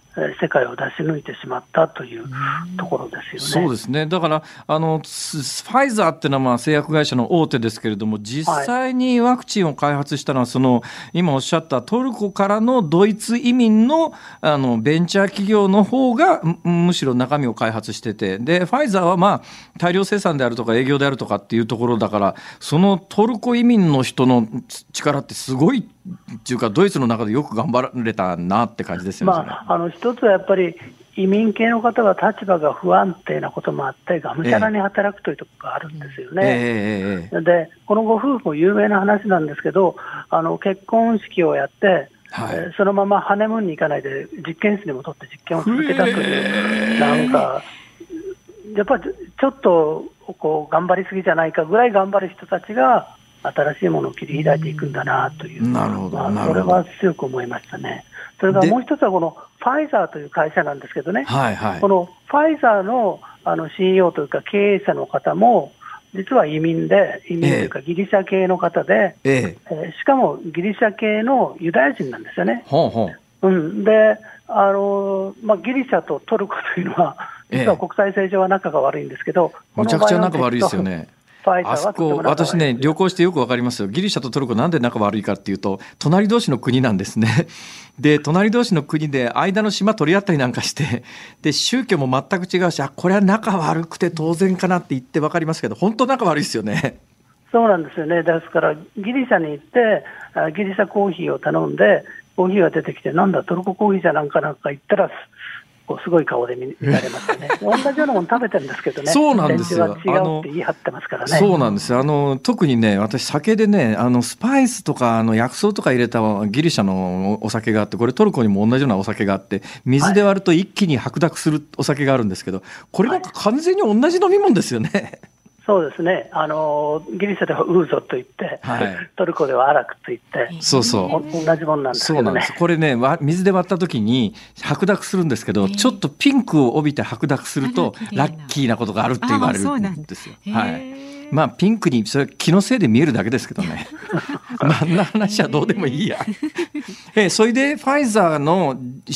世界を出し抜いてしまったというところですよね。 そうですね。だからファイザーっていうのはまあ製薬会社の大手ですけれども、実際にワクチンを開発したのはその今おっしゃったトルコからのドイツ移民のベンチャー企業の方がむしろ中身を開発してて、でファイザーはまあ大量生産であるとか営業であるとかっていうところだから、そのトルコ移民の人の力ってすごいっていうか、ドイツの中でよく頑張れたなって感じですよね。 一つはやっぱり移民系の方は立場が不安定なこともあってがむしゃらに働くというところがあるんですよね。でこのご夫婦も有名な話なんですけど、結婚式をやって、そのままハネムーンに行かないで実験室に戻って実験を続けたという、なんかやっぱりちょっとこう頑張りすぎじゃないかぐらい頑張る人たちが新しいものを切り開いていくんだなという、それは強く思いましたね。それからもう一つはこのファイザーという会社なんですけどね、このファイザーのCEO というか経営者の方も実は移民というかギリシャ系の方で、しかもギリシャ系のユダヤ人なんですよね。でギリシャとトルコというのは実は国際政治は仲が悪いんですけど、 むちゃくちゃ仲悪いですよね。あそこ私ね旅行してよくわかりますよ。ギリシャとトルコなんで仲悪いかっていうと、隣同士の国なんですね。で隣同士の国で間の島取り合ったりなんかして、で宗教も全く違うし、これは仲悪くて当然かなって言ってわかりますけど、本当仲悪いですよね。 そうなんですよね。ですからギリシャに行ってギリシャコーヒーを頼んで、コーヒーが出てきて、なんだトルココーヒーじゃなんか言ったらすごい顔で見られましたね。同じようなもの食べてるんですけどね。そうなんですよ。違うって言い張ってますからね。 そうなんですよ。特にね、私酒でね、スパイスとか薬草とか入れたギリシャのお酒があって、これトルコにも同じようなお酒があって、水で割ると一気に白濁するお酒があるんですけど、これなんか完全に同じ飲み物ですよね。 そうですね。ギリシャではウーゾといって、トルコではアラクといって、同じものなんですけどね。そうなんです。 これね、水で割った時に白濁するんですけど、ちょっとピンクを帯びて白濁するとラッキーなことがあるって言われるんですよ。まあピンクにそれ気のせいで見えるだけですけどね。あんな話はどうでもいいや。それでファイザーの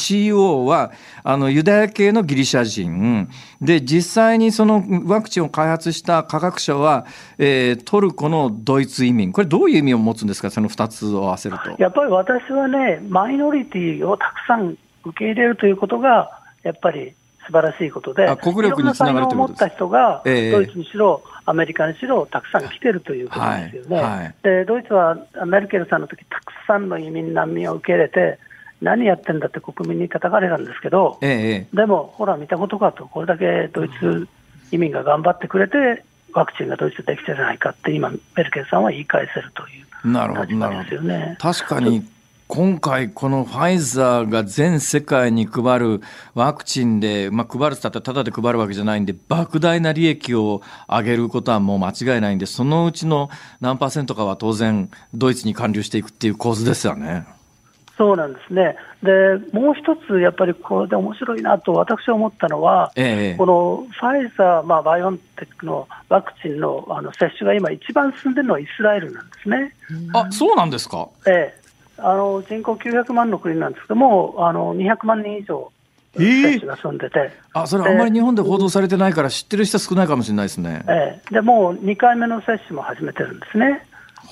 CEO はユダヤ系のギリシャ人で、実際にそのワクチンを開発した科学者は、トルコのドイツ移民。これどういう意味を持つんですか、その2つを合わせると。 やっぱり私はね、マイノリティをたくさん受け入れるということがやっぱり素晴らしいことで、 国力につながるということです。 いろんな才能を持った人がドイツにしろアメリカにしろたくさん来てるということですよね。でドイツはメルケルさんの時たくさんの移民難民を受け入れて、何やってんだって国民に叩かれたんですけど、でもほら見たことかと、これだけドイツ移民が頑張ってくれてワクチンがドイツでできてるじゃないかって今メルケルさんは言い返せるという立場ですよね。 確かに今回このファイザーが全世界に配るワクチンで、配るって言ったらただで配るわけじゃないんで、莫大な利益を上げることはもう間違いないんで、そのうちの何%かは当然ドイツに還流していくっていう構図ですよね。 そうなんですね。でもう一つやっぱりこれで面白いなと私は思ったのは、このファイザー、バイオンテックのワクチンの接種が今一番進んでるのはイスラエルなんですね。 そうなんですか。 人口900万の国なんですけども、200万人以上接種が進んでて、 それあんまり日本で報道されてないから知ってる人少ないかもしれないですね。 でもう2回目の接種も始めてるんですね。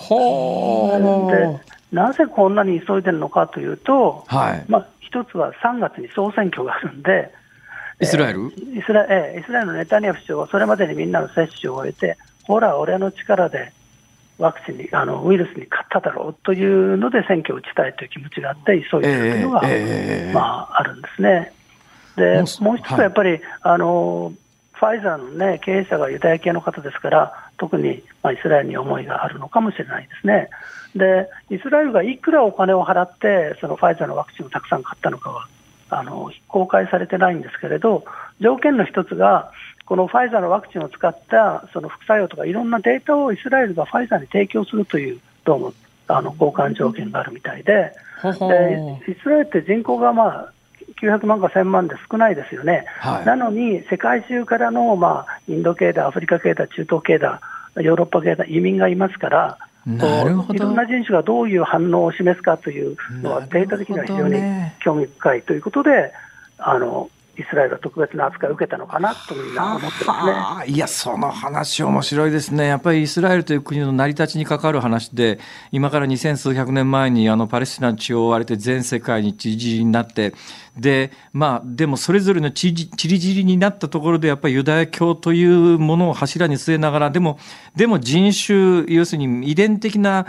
でなぜこんなに急いでるのかというと、一つは3月に総選挙があるんで、 イスラエルのネタニヤフ首長はそれまでにみんなの接種を終えて、ほら俺の力でワクチンにウイルスに勝っただろうというので選挙を打ちたいという気持ちがあって急いでいるというのが、あるんですね。でもう一つはやっぱり、ファイザーの、経営者がユダヤ系の方ですから、特に、イスラエルに思いがあるのかもしれないですね。でイスラエルがいくらお金を払ってそのファイザーのワクチンをたくさん買ったのかは公開されてないんですけれど、条件の一つがこのファイザーのワクチンを使ったその副作用とかいろんなデータをイスラエルがファイザーに提供するというどうも交換条件があるみたいで、イスラエルって人口が900万か1000万で少ないですよね。なのに世界中からの、インド系だ、アフリカ系だ、中東系だ、ヨーロッパ系だ、移民がいますから、いろんな人種がどういう反応を示すかというのはデータ的には非常に興味深いということで、 イスラエルは特別な扱いを受けたのかなとみんな思ってますね。 いや、その話面白いですね。やっぱりイスラエルという国の成り立ちに関わる話で、今から2000数百年前にパレスチナの地を追われて全世界に散り散りになって、でもそれぞれの散り散りになったところでやっぱりユダヤ教というものを柱に据えながら、でも人種、要するに遺伝的な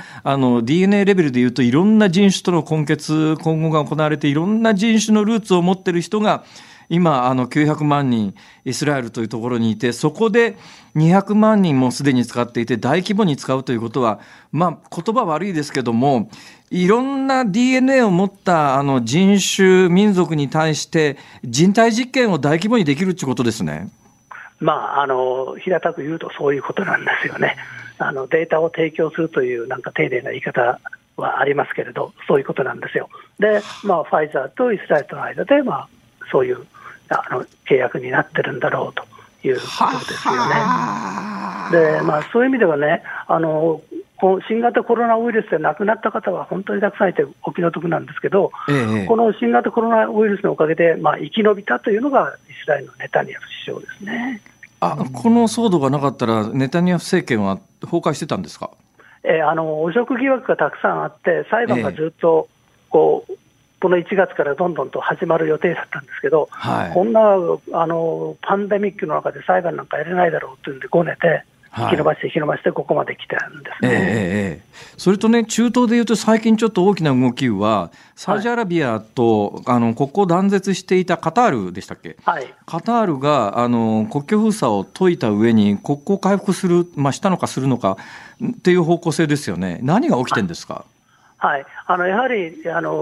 DNA レベルでいうといろんな人種との混血混合が行われて、いろんな人種のルーツを持っている人が今900万人イスラエルというところにいて、そこで200万人もすでに使っていて大規模に使うということは、言葉悪いですけども、いろんな DNA を持った人種民族に対して人体実験を大規模にできるということですね。 平たく言うとそういうことなんですよね。データを提供するというなんか丁寧な言い方はありますけれど、そういうことなんですよ。で、ファイザーとイスラエルとの間でそういう契約になってるんだろうということですよね。で、そういう意味ではね、新型コロナウイルスで亡くなった方は本当にたくさんいてお気の毒なんですけど、この新型コロナウイルスのおかげで、生き延びたというのがイスラエルのネタニヤフ首相ですね。 この騒動がなかったらネタニヤフ政権は崩汚してたんですか？ 汚職疑惑がたくさんあって、裁判がずっとこの1月からどんどんと始まる予定だったんですけど、こんなパンデミックの中で裁判なんかやれないだろうというんでごねて、引き延ばしてここまで来てるんですね。 それとね、中東でいうと最近ちょっと大きな動きはサウジアラビアと、国交断絶していたカタールでしたっけ？カタールが国境封鎖を解いた上に国交回復する、したのかするのかっていう方向性ですよね。何が起きてるんですか？ やはり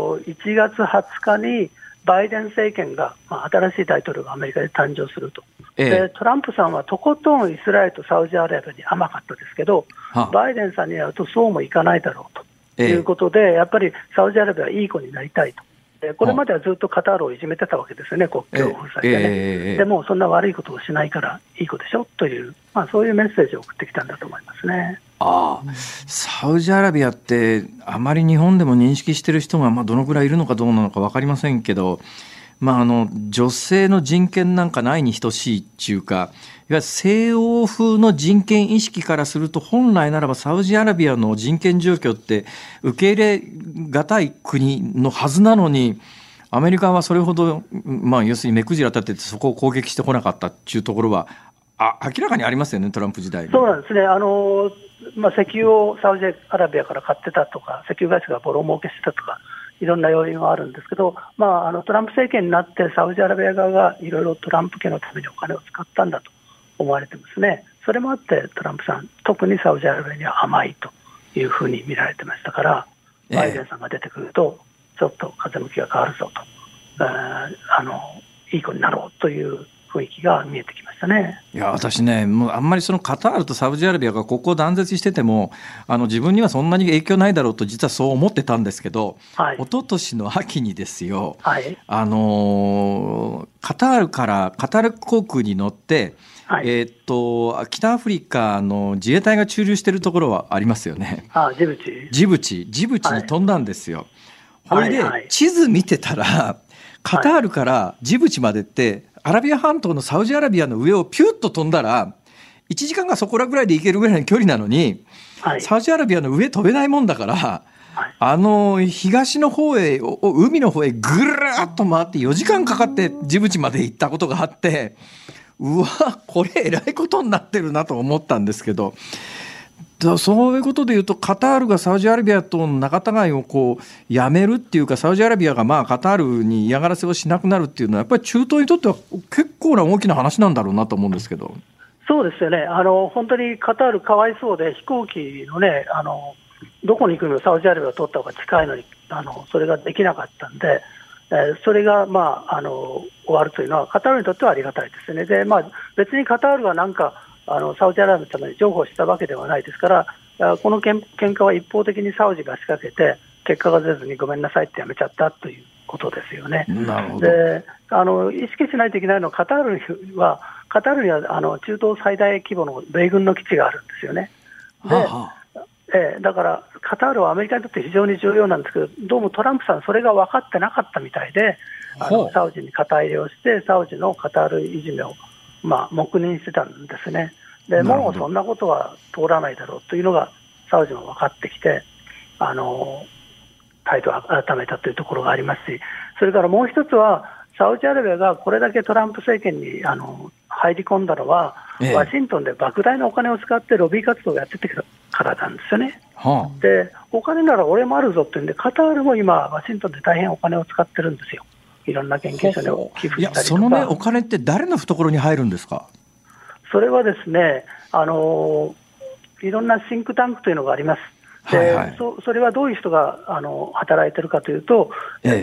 1月20日にバイデン政権が、新しい大統領がアメリカで誕生すると、でトランプさんはとことんイスラエルとサウジアラビアに甘かったですけど、バイデンさんになるとそうもいかないだろうということで、やっぱりサウジアラビアはいい子になりたいと。これまではずっとカタールをいじめてたわけですよね、国境封鎖でね。でもそんな悪いことをしないからいい子でしょという、そういうメッセージを送ってきたんだと思いますね。 サウジアラビアってあまり日本でも認識している人がどのくらいいるのかどうなのか分かりませんけど、女性の人権なんかないに等しいっていうか、いわゆる西欧風の人権意識からすると、本来ならばサウジアラビアの人権状況って受け入れがたい国のはずなのに、アメリカはそれほど、要するに目くじら立ててそこを攻撃してこなかったっていうところは明らかにありますよね、トランプ時代に。 そうなんですね。石油をサウジアラビアから買ってたとか、石油会社がボロ儲けしてたとか、いろんな要因はあるんですけど、トランプ政権になってサウジアラビア側がいろいろトランプ家のためにお金を使ったんだと思われてますね。それもあってトランプさん、特にサウジアラビアには甘いというふうに見られてましたから、バイデンさんが出てくるとちょっと風向きが変わるぞと、いい子になろうという雰囲気が見えてきましたね。 いや、私ね、もうあんまりそのカタールとサウジアラビアが国交断絶してても自分にはそんなに影響ないだろうと実はそう思ってたんですけど、一昨年の秋にですよ、カタール航空に乗って、北アフリカの自衛隊が駐留しているところはありますよね。ジブチに飛んだんですよ。これで地図見てたら、カタールからジブチまでってアラビア半島のサウジアラビアの上をピュッと飛んだら1時間がそこらぐらいで行けるぐらいの距離なのに、サウジアラビアの上飛べないもんだから、東の方へ海の方へぐるっと回って4時間かかってジブチまで行ったことがあって、うわ、これえらいことになってるなと思ったんですけど、そういうことでいうとカタールがサウジアラビアとの仲違いをやめるっていうか、サウジアラビアがカタールに嫌がらせをしなくなるっていうのはやっぱり中東にとっては結構な大きな話なんだろうなと思うんですけど。 そうですよね。本当にカタールかわいそうで、飛行機のね、どこに行くにもサウジアラビアを取った方が近いのにそれができなかったんで、それが終わるというのはカタールにとってはありがたいですね。で、別にカタールはなんかサウジアラビアのために譲歩したわけではないですから、この喧嘩は一方的にサウジが仕掛けて結果が出ずにごめんなさいってやめちゃったということですよね。 なるほど。 で、意識しないといけないのはカタールには中東最大規模の米軍の基地があるんですよね。で、 だからカタールはアメリカにとって非常に重要なんですけど、どうもトランプさんそれが分かってなかったみたいで、サウジに肩入れをしてサウジのカタールいじめを、黙認してたんですね。でもうそんなことは通らないだろうというのがサウジも分かってきて、態度を改めたというところがありますし、それからもう一つはサウジアラビアがこれだけトランプ政権に入り込んだのは、ワシントンで莫大なお金を使ってロビー活動をやっててからなんですよね。でお金なら俺もあるぞっていうんで、カタールも今ワシントンで大変お金を使ってるんですよ。いろんな研究所に寄付したりとか。 そのね、お金って誰の懐に入るんですか？ それはですね、いろんなシンクタンクというのがあります。でそれはどういう人が働いてるかというと、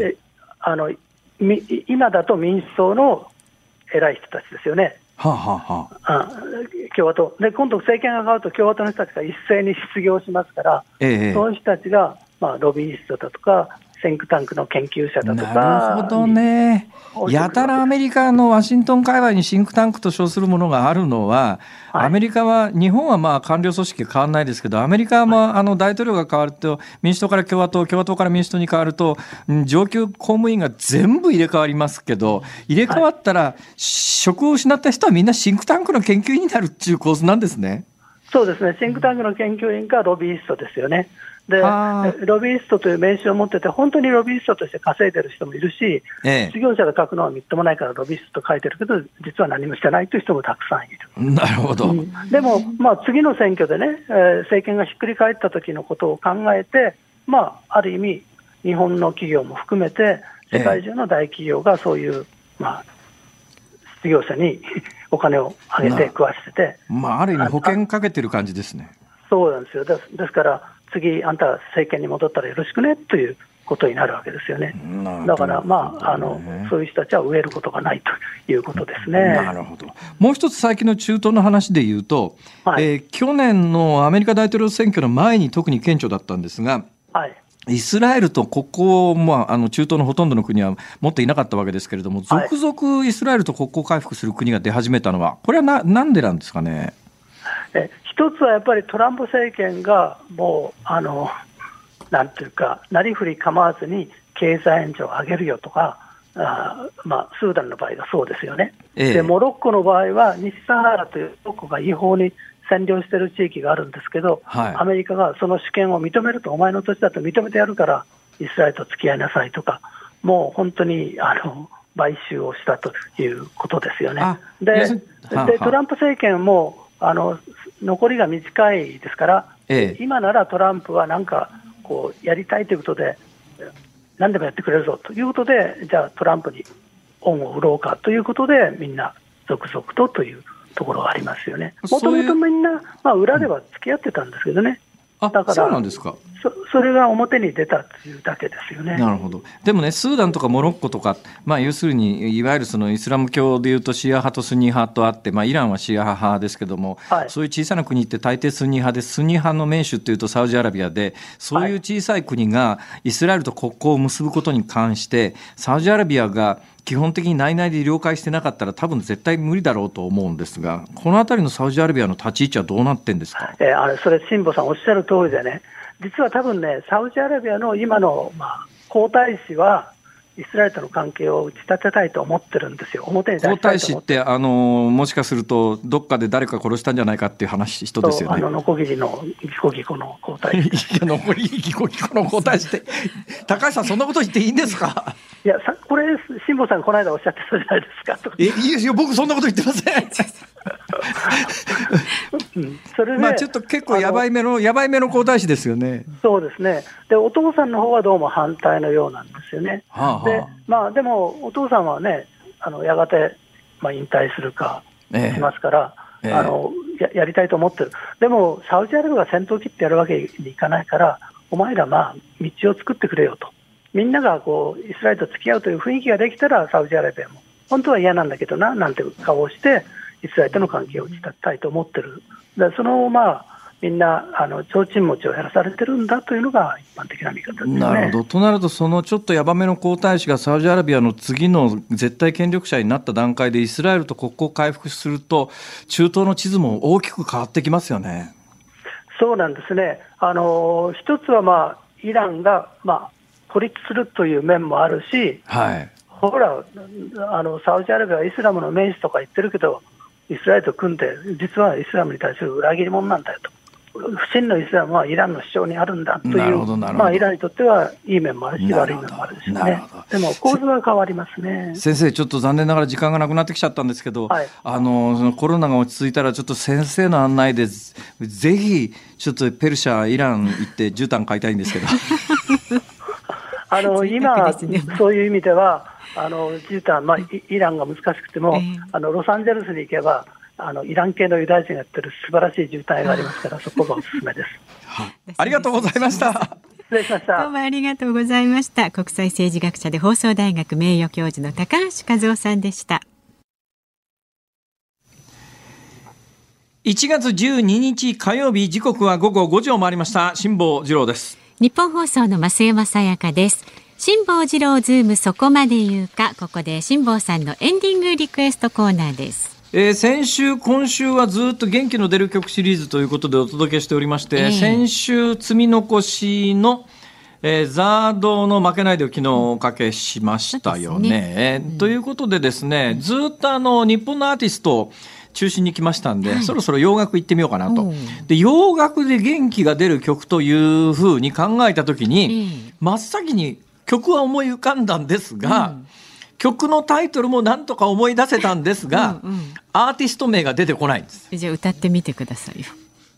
今だと民主党の偉い人たちですよね。共和党で、今度政権が変わると共和党の人たちが一斉に失業しますから、その人たちが、ロビーストだとかシンクタンクの研究者だとか。 なるほどね。やたらアメリカのワシントン界隈にシンクタンクと称するものがあるのは、アメリカは、日本は官僚組織変わらないですけど、アメリカは大統領が変わると民主党から共和党、共和党から民主党に変わると上級公務員が全部入れ替わりますけど、入れ替わったら職を失った人はみんなシンクタンクの研究員になるっていう構図なんですね。 そうですね、シンクタンクの研究員かロビーストですよね。でロビーストという名刺を持ってて、本当にロビーストとして稼いでる人もいるし、失業者が書くのはみっともないからロビーストと書いてるけど、実は何もしてないという人もたくさんいる。 なるほど。 でも、次の選挙でね、政権がひっくり返った時のことを考えて、ある意味日本の企業も含めて世界中の大企業がそういう、失業者にお金をあげて食わしてて、 ある意味保険かけてる感じですね。 そうなんですよ。ですから次あんた政権に戻ったらよろしくねということになるわけですよね。だからそういう人たちは飢えることがないということですね。 なるほど。もう一つ最近の中東の話で言うと、去年のアメリカ大統領選挙の前に特に顕著だったんですが、イスラエルと国交を、中東のほとんどの国は持っていなかったわけですけれども、続々イスラエルと国交回復する国が出始めたのは、これはなんでなんですかね。 一つはやっぱりトランプ政権がもうなんていうか、なりふり構わずに経済援助を上げるよとか、スーダンの場合はそうですよね。でモロッコの場合は西サハラというモロッコが違法に占領している地域があるんですけど、アメリカがその主権を認めると、お前の土地だと認めてやるからイスラエルと付き合いなさいとか、もう本当に買収をしたということですよね。でトランプ政権も残りが短いですから、今ならトランプはなんかこうやりたいということで何でもやってくれるぞということで、じゃあトランプに恩を売ろうかということでみんな続々というところがありますよね。もともとみんな、裏では付き合ってたんですけどね。だからそうなんですか。 それが表に出たというだけですよね。 なるほど。でもね、スーダンとかモロッコとか、要するにいわゆるそのイスラム教でいうとシーア派とスンニ派とあって、イランはシーア派ですけども、そういう小さな国って大抵スンニ派で、スンニ派の盟主というとサウジアラビアで、そういう小さい国がイスラエルと国交を結ぶことに関してサウジアラビアが基本的に内々で了解してなかったら多分絶対無理だろうと思うんですが、このあたりのサウジアラビアの立ち位置はどうなってんですか。 それ辛坊さんおっしゃる通りでね、実は多分ね、サウジアラビアの今の、皇太子はイスラエルとの関係を打ち立てたいと思ってるんですよ。表に出したいと思って。皇太子ってもしかするとどっかで誰か殺したんじゃないかっていう人ですよね。 ノコギリのギコギコの皇太子。 いや、ノコギリギコギコの皇太子って高橋さん、そんなこと言っていいんですか。 いや、これ辛坊さんこの間おっしゃってたじゃないですか。 いいですよ、僕そんなこと言ってません。 それでちょっと結構やばいめの皇太子ですよね。 そうですね。でお父さんの方はどうも反対のようなんですよね。でもお父さんはね、やがて、引退するかしますから、やりたいと思ってる。でもサウジアラビアが先頭切ってやるわけにいかないから、お前ら道を作ってくれよと。みんながイスラエルと付き合うという雰囲気ができたら、サウジアラビアも本当は嫌なんだけどな、なんて顔をしてイスラエルとの関係を打ち立てたいと思ってる。でみんな提灯持ちをやらされてるんだというのが一般的な見方ですね。 なるほど。となると、そのちょっとヤバめの皇太子がサウジアラビアの次の絶対権力者になった段階でイスラエルと国交を回復すると、中東の地図も大きく変わってきますよね。 そうなんですね。一つは、イランが、孤立するという面もあるし、 はい、 ほらサウジアラビアはイスラムの盟主とか言ってるけど、イスラエルと組んで実はイスラムに対する裏切り者なんだよと、不真のイスラムはイランの主張にあるんだという、イランにとってはいい面もあるし悪い面もあるしね。でも構図は変わりますね。 先生、ちょっと残念ながら時間がなくなってきちゃったんですけど、はい、そのコロナが落ち着いたらちょっと先生の案内でぜひちょっとペルシャ、イラン行って絨毯買いたいんですけど今そういう意味では絨毯、イランが難しくても、ロサンゼルスに行けばイラン系のユダヤ人がやってる素晴らしい渋滞がありますから、そこがおすすめです。 ありがとうございました。 失礼しました。 どうもありがとうございました。国際政治学者で放送大学名誉教授の高橋和夫さんでした。 1月12日火曜日、時刻は午後5時を回りました。辛坊治郎です。 日本放送の増山さやかです。辛坊治郎ズームそこまで言うか。ここで辛坊さんのエンディングリクエストコーナーです。 先週今週はずっと元気の出る曲シリーズということでお届けしておりまして、先週積み残しの、ザードの負けないでを昨日おかけしましたよね。ということでですね、ずっと日本のアーティストを中心に来ましたんで、そろそろ洋楽行ってみようかなと。で、洋楽で元気が出る曲というふうに考えたときに、真っ先に曲は思い浮かんだんですが、曲のタイトルもなんとか思い出せたんですが、アーティスト名が出てこないんです。 じゃあ歌ってみてくださいよ。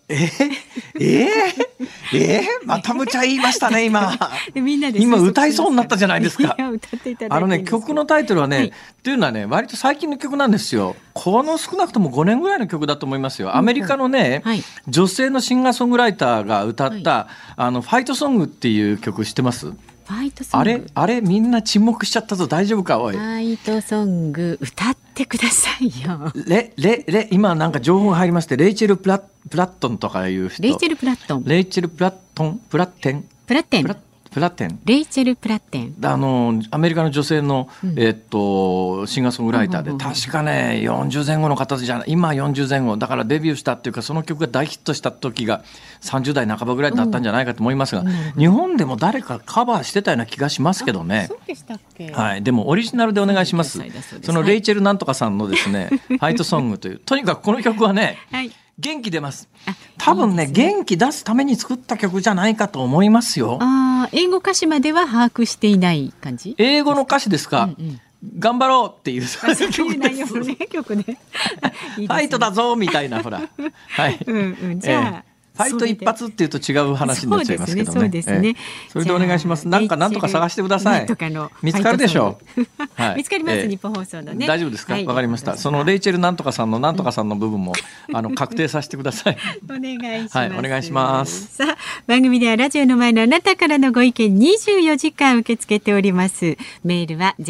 また無茶言いましたね今。 みんなで今歌いそうになったじゃないですか。 いや歌っていただいていいんですか。 曲のタイトルはね、っていうのはね、割と最近の曲なんですよ。この少なくとも5年ぐらいの曲だと思いますよ。アメリカのね、女性のシンガーソングライターが歌った、ファイトソングっていう曲知ってます？あれみんな沈黙しちゃったぞ、大丈夫かおい。 ファイトソング歌ってくださいよ。 今なんか情報が入りまして、レイチェル・プラットンとかいう人。 レイチェル・プラッテン。 レイチェル・プラッテン。 レイチェル・プラッテン。 アメリカの女性の、シンガーソングライターで、確かね40前後の方じゃない、今40前後だからデビューしたっていうか、その曲が大ヒットした時が30代半ばぐらいだったんじゃないかと思いますが、日本でも誰かカバーしてたような気がしますけどね。 そうでしたっけ。 はい、でもオリジナルでお願いします。そのレイチェルなんとかさんのですね、ファイトソングという、とにかくこの曲はね、元気出ます。多分ね、元気出すために作った曲じゃないかと思いますよ。 英語歌詞までは把握していない感じ。 英語の歌詞ですか。頑張ろうっていうそういう内容のね、曲ね。 ファイトだぞみたいな、ほら。はい。 じゃあ。 ファイト一発っていうと違う話になっちゃいますけどね。 そうですね。 それでお願いします。なんとか探してください。見つかるでしょう。 見つかります。日本放送のね。 大丈夫ですか。わかりました。そのレイチェルなんとかさんのなんとかさんの部分も確定させてください。 お願いします。 はい、お願いします。 さあ、番組ではラジオの前のあなたからのご意見24時間受け付けております。メールは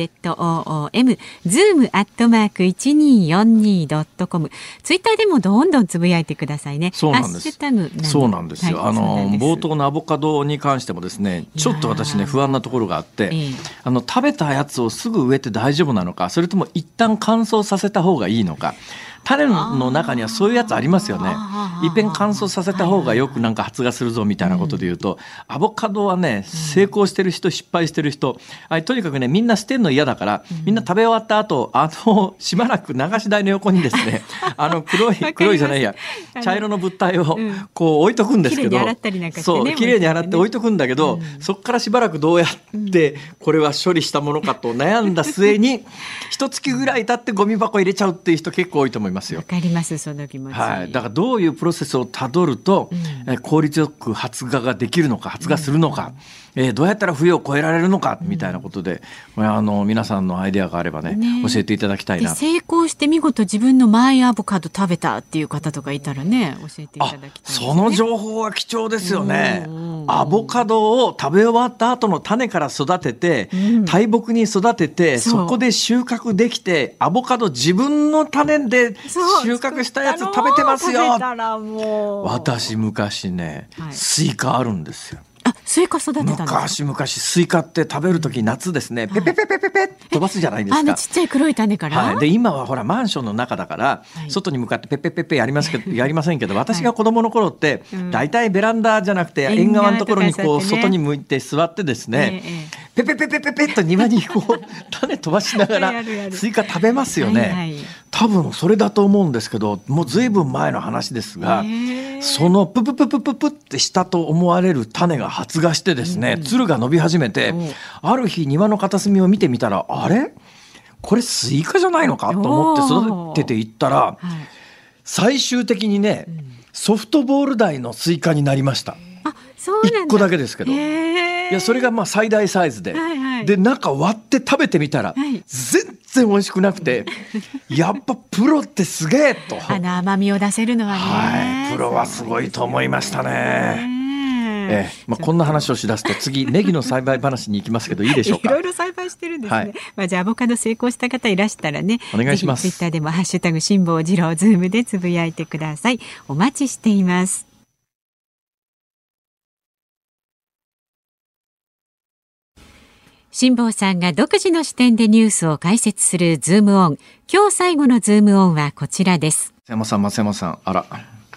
zoom@1242.com。ツイッターでもどんどんつぶやいてくださいね。 そうなんです。そうなんですよ。冒頭のアボカドに関してもですね、ちょっと私ね不安なところがあって、食べたやつをすぐ植えて大丈夫なのか、それとも一旦乾燥させた方がいいのか。種の中にはそういうやつありますよね。いっぺん乾燥させた方がよくなんか発芽するぞみたいなことで言うと、アボカドはね、成功してる人失敗してる人、とにかくね、みんな捨てるの嫌だから、みんな食べ終わった後、しばらく流し台の横にですね、黒いじゃないや、茶色の物体をこう置いとくんですけど、そう、きれいに洗って置いとくんだけど、そこからしばらくどうやってこれは処理したものかと悩んだ末に、一月ぐらい経ってゴミ箱入れちゃうっていう人結構多いと思います。わかります、その気持ち。 はい、だからどういうプロセスをたどると、効率よく発芽ができるのか、発芽するのか、どうやったら冬を越えられるのかみたいなことで、皆さんのアイデアがあればね、教えていただきたいな。 成功して見事自分のマイアボカド食べたっていう方とかいたらね、教えていただきたいですね。 その情報は貴重ですよね。アボカドを食べ終わった後の種から育てて、大木に育てて、そこで収穫できて、アボカド自分の種で収穫したやつ食べてますよ。私昔ね、スイカあるんですよ。 スイカ育てたんですか？ 昔スイカって食べるとき夏ですね、ペペペペペペ飛ばすじゃないですか。 ちっちゃい黒い種から、 で今はほらマンションの中だから、外に向かってペペペペやりませんけど、私が子供の頃ってだいたいベランダじゃなくて縁側のところにこう外に向いて座ってですね、ペペペペペペッと庭にこう種飛ばしながらスイカ食べますよね。多分それだと思うんですけど、もうずいぶん前の話ですが、そのププププププってしたと思われる種が発芽してですね、つるが伸び始めて、ある日庭の片隅を見てみたら、あれこれスイカじゃないのかと思って育てていったら、最終的にね、ソフトボール大のスイカになりました。1個だけですけど、いやそれがまあ最大サイズで、で中割って食べてみたら、全然美味しくなくてやっぱプロってすげえと、 甘みを出せるのはね、 プロはすごいと思いましたね。こんな話をしだすと次ネギの栽培話に行きますけどいいでしょうか。 いろいろ栽培してるんですね。じゃあアボカド成功した方いらしたらね、 お願いします。 ツイッターでもハッシュタグ辛坊治郎ズームでつぶやいてください。お待ちしています。辛坊さんが独自の視点でニュースを解説するズームオン。今日最後のズームオンはこちらです。 松山さん、あら。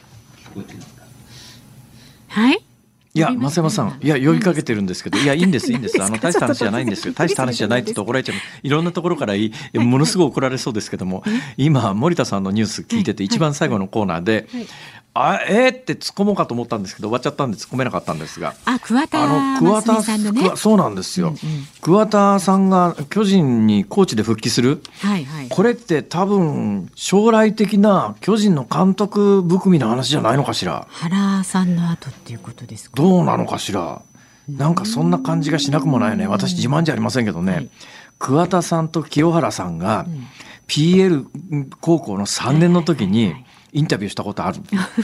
はい。 いや、松山さん、いや、呼びかけてるんですけど、いや、いいんです。大した話じゃないんですよ。大した話じゃないって言うと怒られちゃう。いろんなところからものすごい怒られそうですけども、今、森田さんのニュース聞いてて、一番最後のコーナーで、って突っ込もうかと思ったんですけど、終わっちゃったんで突っ込めなかったんですが、 桑田真澄さんのね、 そうなんですよ。桑田さんが巨人にコーチで復帰する、これって多分将来的な巨人の監督含みの話じゃないのかしら。 原さんの後っていうことですか。 どうなのかしら。なんかそんな感じがしなくもないよね。私自慢じゃありませんけどね、桑田さんと清原さんが PL 高校の3年の時にインタビューしたことある。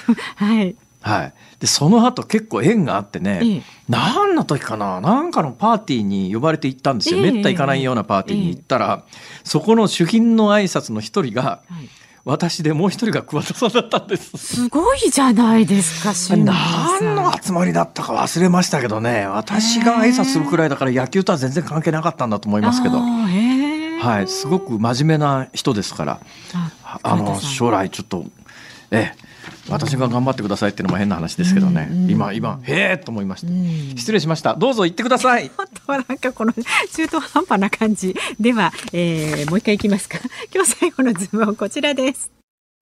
でその後結構縁があってね、何の時かな、なんかのパーティーに呼ばれて行ったんですよ。めった行かないようなパーティーに行ったら、そこの主賓の挨拶の一人が、私でもう一人が桑田さんだったんです。 すごいじゃないですか。 何の集まりだったか忘れましたけどね、私が挨拶するくらいだから野球とは全然関係なかったんだと思いますけど、すごく真面目な人ですから、将来ちょっと私が頑張ってくださいっていうのも変な話ですけどね、今へーと思いました。失礼しました。どうぞ言ってください。 本当はなんかこの中途半端な感じでは、もう一回いきますか。今日最後のズームはこちらです。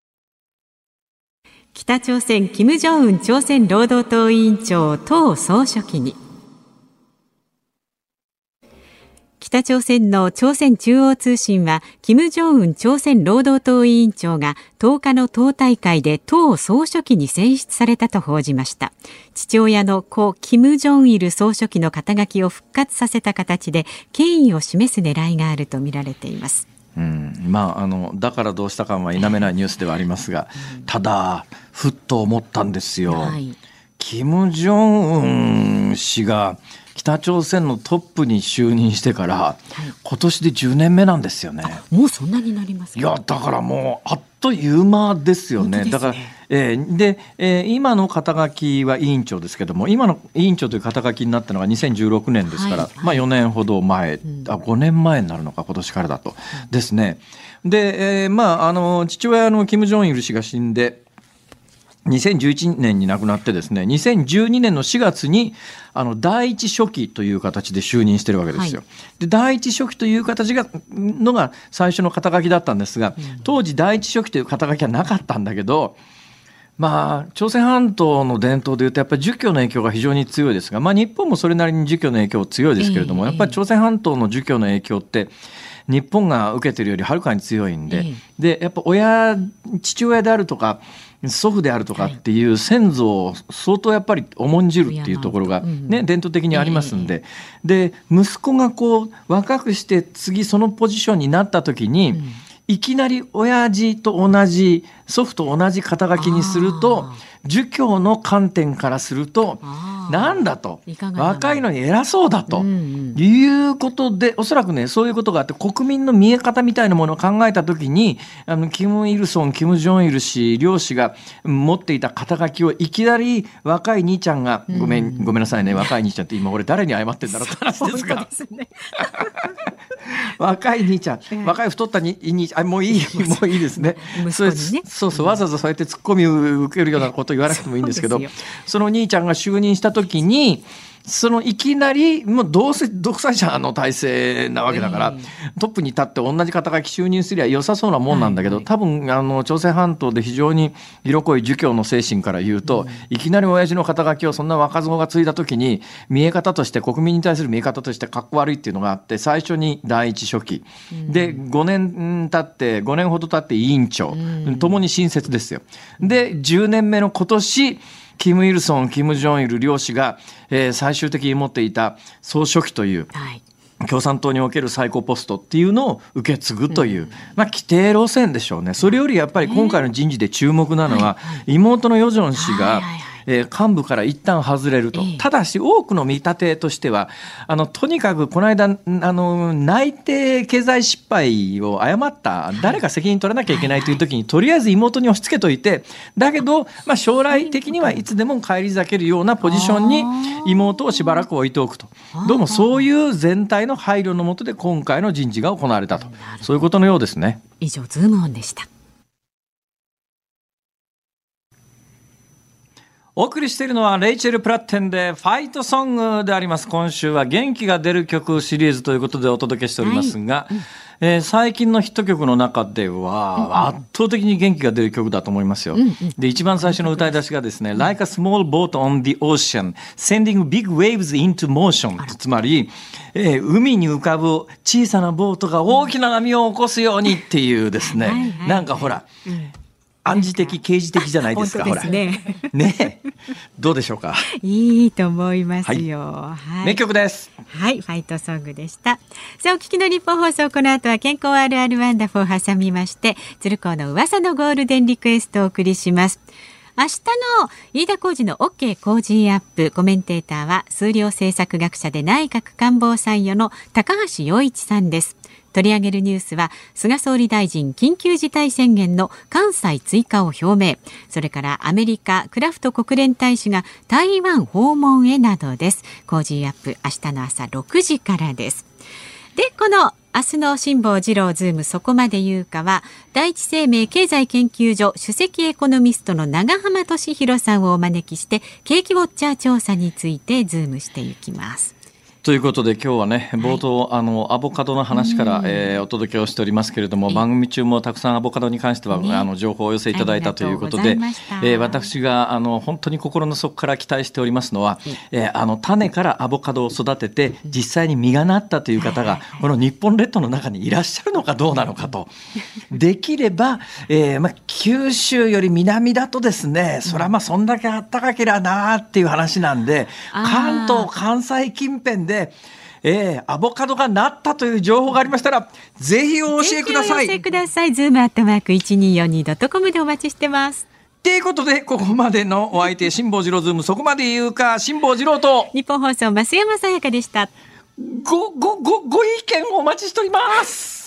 北朝鮮金正恩朝鮮労働党委員長党総書記に。北朝鮮の朝鮮中央通信は、金正恩朝鮮労働党委員長が10日の党大会で党総書記に選出されたと報じました。父親の故金正日総書記の肩書きを復活させた形で権威を示す狙いがあるとみられています。 だからどうしたかは否めないニュースではありますが、ただふっと思ったんですよ。金正恩氏が北朝鮮のトップに就任してから、今年で10年目なんですよね。 もうそんなになりますか。 いやだからもうあっという間ですよね。だから、今の肩書きは委員長ですけども、今の委員長という肩書きになったのが2016年ですから、4年ほど前、5年前になるのか、今年からだとですね。で、父親の金正日氏が死んで2011年に亡くなってですね、2012年の4月に第一書記という形で就任してるわけですよ。で第一書記という形が最初の肩書きだったんですが、当時第一書記という肩書きはなかったんだけど、朝鮮半島の伝統でいうとやっぱり儒教の影響が非常に強いですが、日本もそれなりに儒教の影響強いですけれども、やっぱり朝鮮半島の儒教の影響って日本が受けているよりはるかに強いんで、やっぱ父親であるとか祖父であるとかっていう先祖を相当やっぱり重んじるっていうところが伝統的にありますんで、息子が若くして次そのポジションになった時に、いきなり親父と同じ祖父と同じ肩書きにすると儒教の観点からするとなんだと若いのに偉そうだということで、おそらくねそういうことがあって国民の見え方みたいなものを考えた時にキム・イルソン、キム・ジョンイル氏両氏が持っていた肩書きをいきなり若い兄ちゃんが、ごめんなさいね、若い兄ちゃんって今俺誰に謝ってんだろうって話ですが若い兄ちゃん、若い太った兄ちゃん、もういいですね。そうわざわざそうやってツッコミを受けるようなこと言わなくてもいいんですけど、その兄ちゃんが就任した時にいきなりもうどうせ独裁者の体制なわけだから、トップに立って同じ肩書き就任すりゃ良さそうなもんなんだけど、多分朝鮮半島で非常に色濃い儒教の精神から言うと、いきなり親父の肩書きをそんな若造が継いだ時に見え方として、国民に対する見え方としてかっこ悪いっていうのがあって、最初に第一書記で5年ほど経って委員長、ともに新設ですよ。で10年目の今年キム・イルソン、キム・ジョンイル両氏が、最終的に持っていた総書記という、共産党における最高ポストっていうのを受け継ぐという、規定路線でしょうね。それよりやっぱり今回の人事で注目なのは、妹のヨジョン氏が、幹部から一旦外れると。ただし多くの見立てとしてはとにかくこの間内定経済失敗を誤った誰か責任取らなきゃいけないという時にとりあえず妹に押し付けといて、だけど将来的にはいつでも返り咲けるようなポジションに妹をしばらく置いておくと、どうもそういう全体の配慮の下で今回の人事が行われたと、そういうことのようですね。 以上ズームオンでした。 お送りしているのはレイチェル・プラッテンでファイトソングであります。今週は元気が出る曲シリーズということでお届けしておりますが、最近のヒット曲の中では圧倒的に元気が出る曲だと思いますよ。で一番最初の歌い出しがですね、Like a small boat on the ocean sending big waves into motion、 つまり、海に浮かぶ小さなボートが大きな波を起こすようにっていうですね、なんかほら、暗示的刑事的じゃないですか。 本当ですね。 ほらね、どうでしょうか。 いいと思いますよ。 名曲です。 はい、ファイトソングでした。さあお聞きの日本放送、この後は健康あるあるワンダフを挟みまして、鶴光の噂のゴールデンリクエストをお送りします。明日の飯田浩司の OK 工事アップ、コメンテーターは数量政策学者で内閣官房参与の高橋洋一さんです。取り上げるニュースは菅総理大臣緊急事態宣言の関西追加を表明、それからアメリカクラフト国連大使が台湾訪問へなどです。工事アップ、明日の朝6時からです。でこの明日の辛坊治郎ズームそこまで言うかは、第一生命経済研究所首席エコノミストの長浜俊弘さんをお招きして景気ウォッチャー調査についてズームしていきます。 ということで今日はね、冒頭アボカドの話から、お届けをしておりますけれども、番組中もたくさんアボカドに関しては、情報をお寄せいただいたということで、私が本当に心の底から期待しておりますのは、種からアボカドを育てて実際に実がなったという方が、この日本列島の中にいらっしゃるのかどうなのかと。できれば、九州より南だとですね、それはそんだけあったかけりゃなっていう話なんで、関東関西近辺でアボカドがなったという情報がありましたら、ぜひお教えください。 ぜひお寄せください。zoom@1242.com でお待ちしてます。 ということで、ここまでのお相手、辛坊治郎ズームそこまで言うか、辛坊治郎と日本放送増山さやかでした。 ご意見をお待ちしております。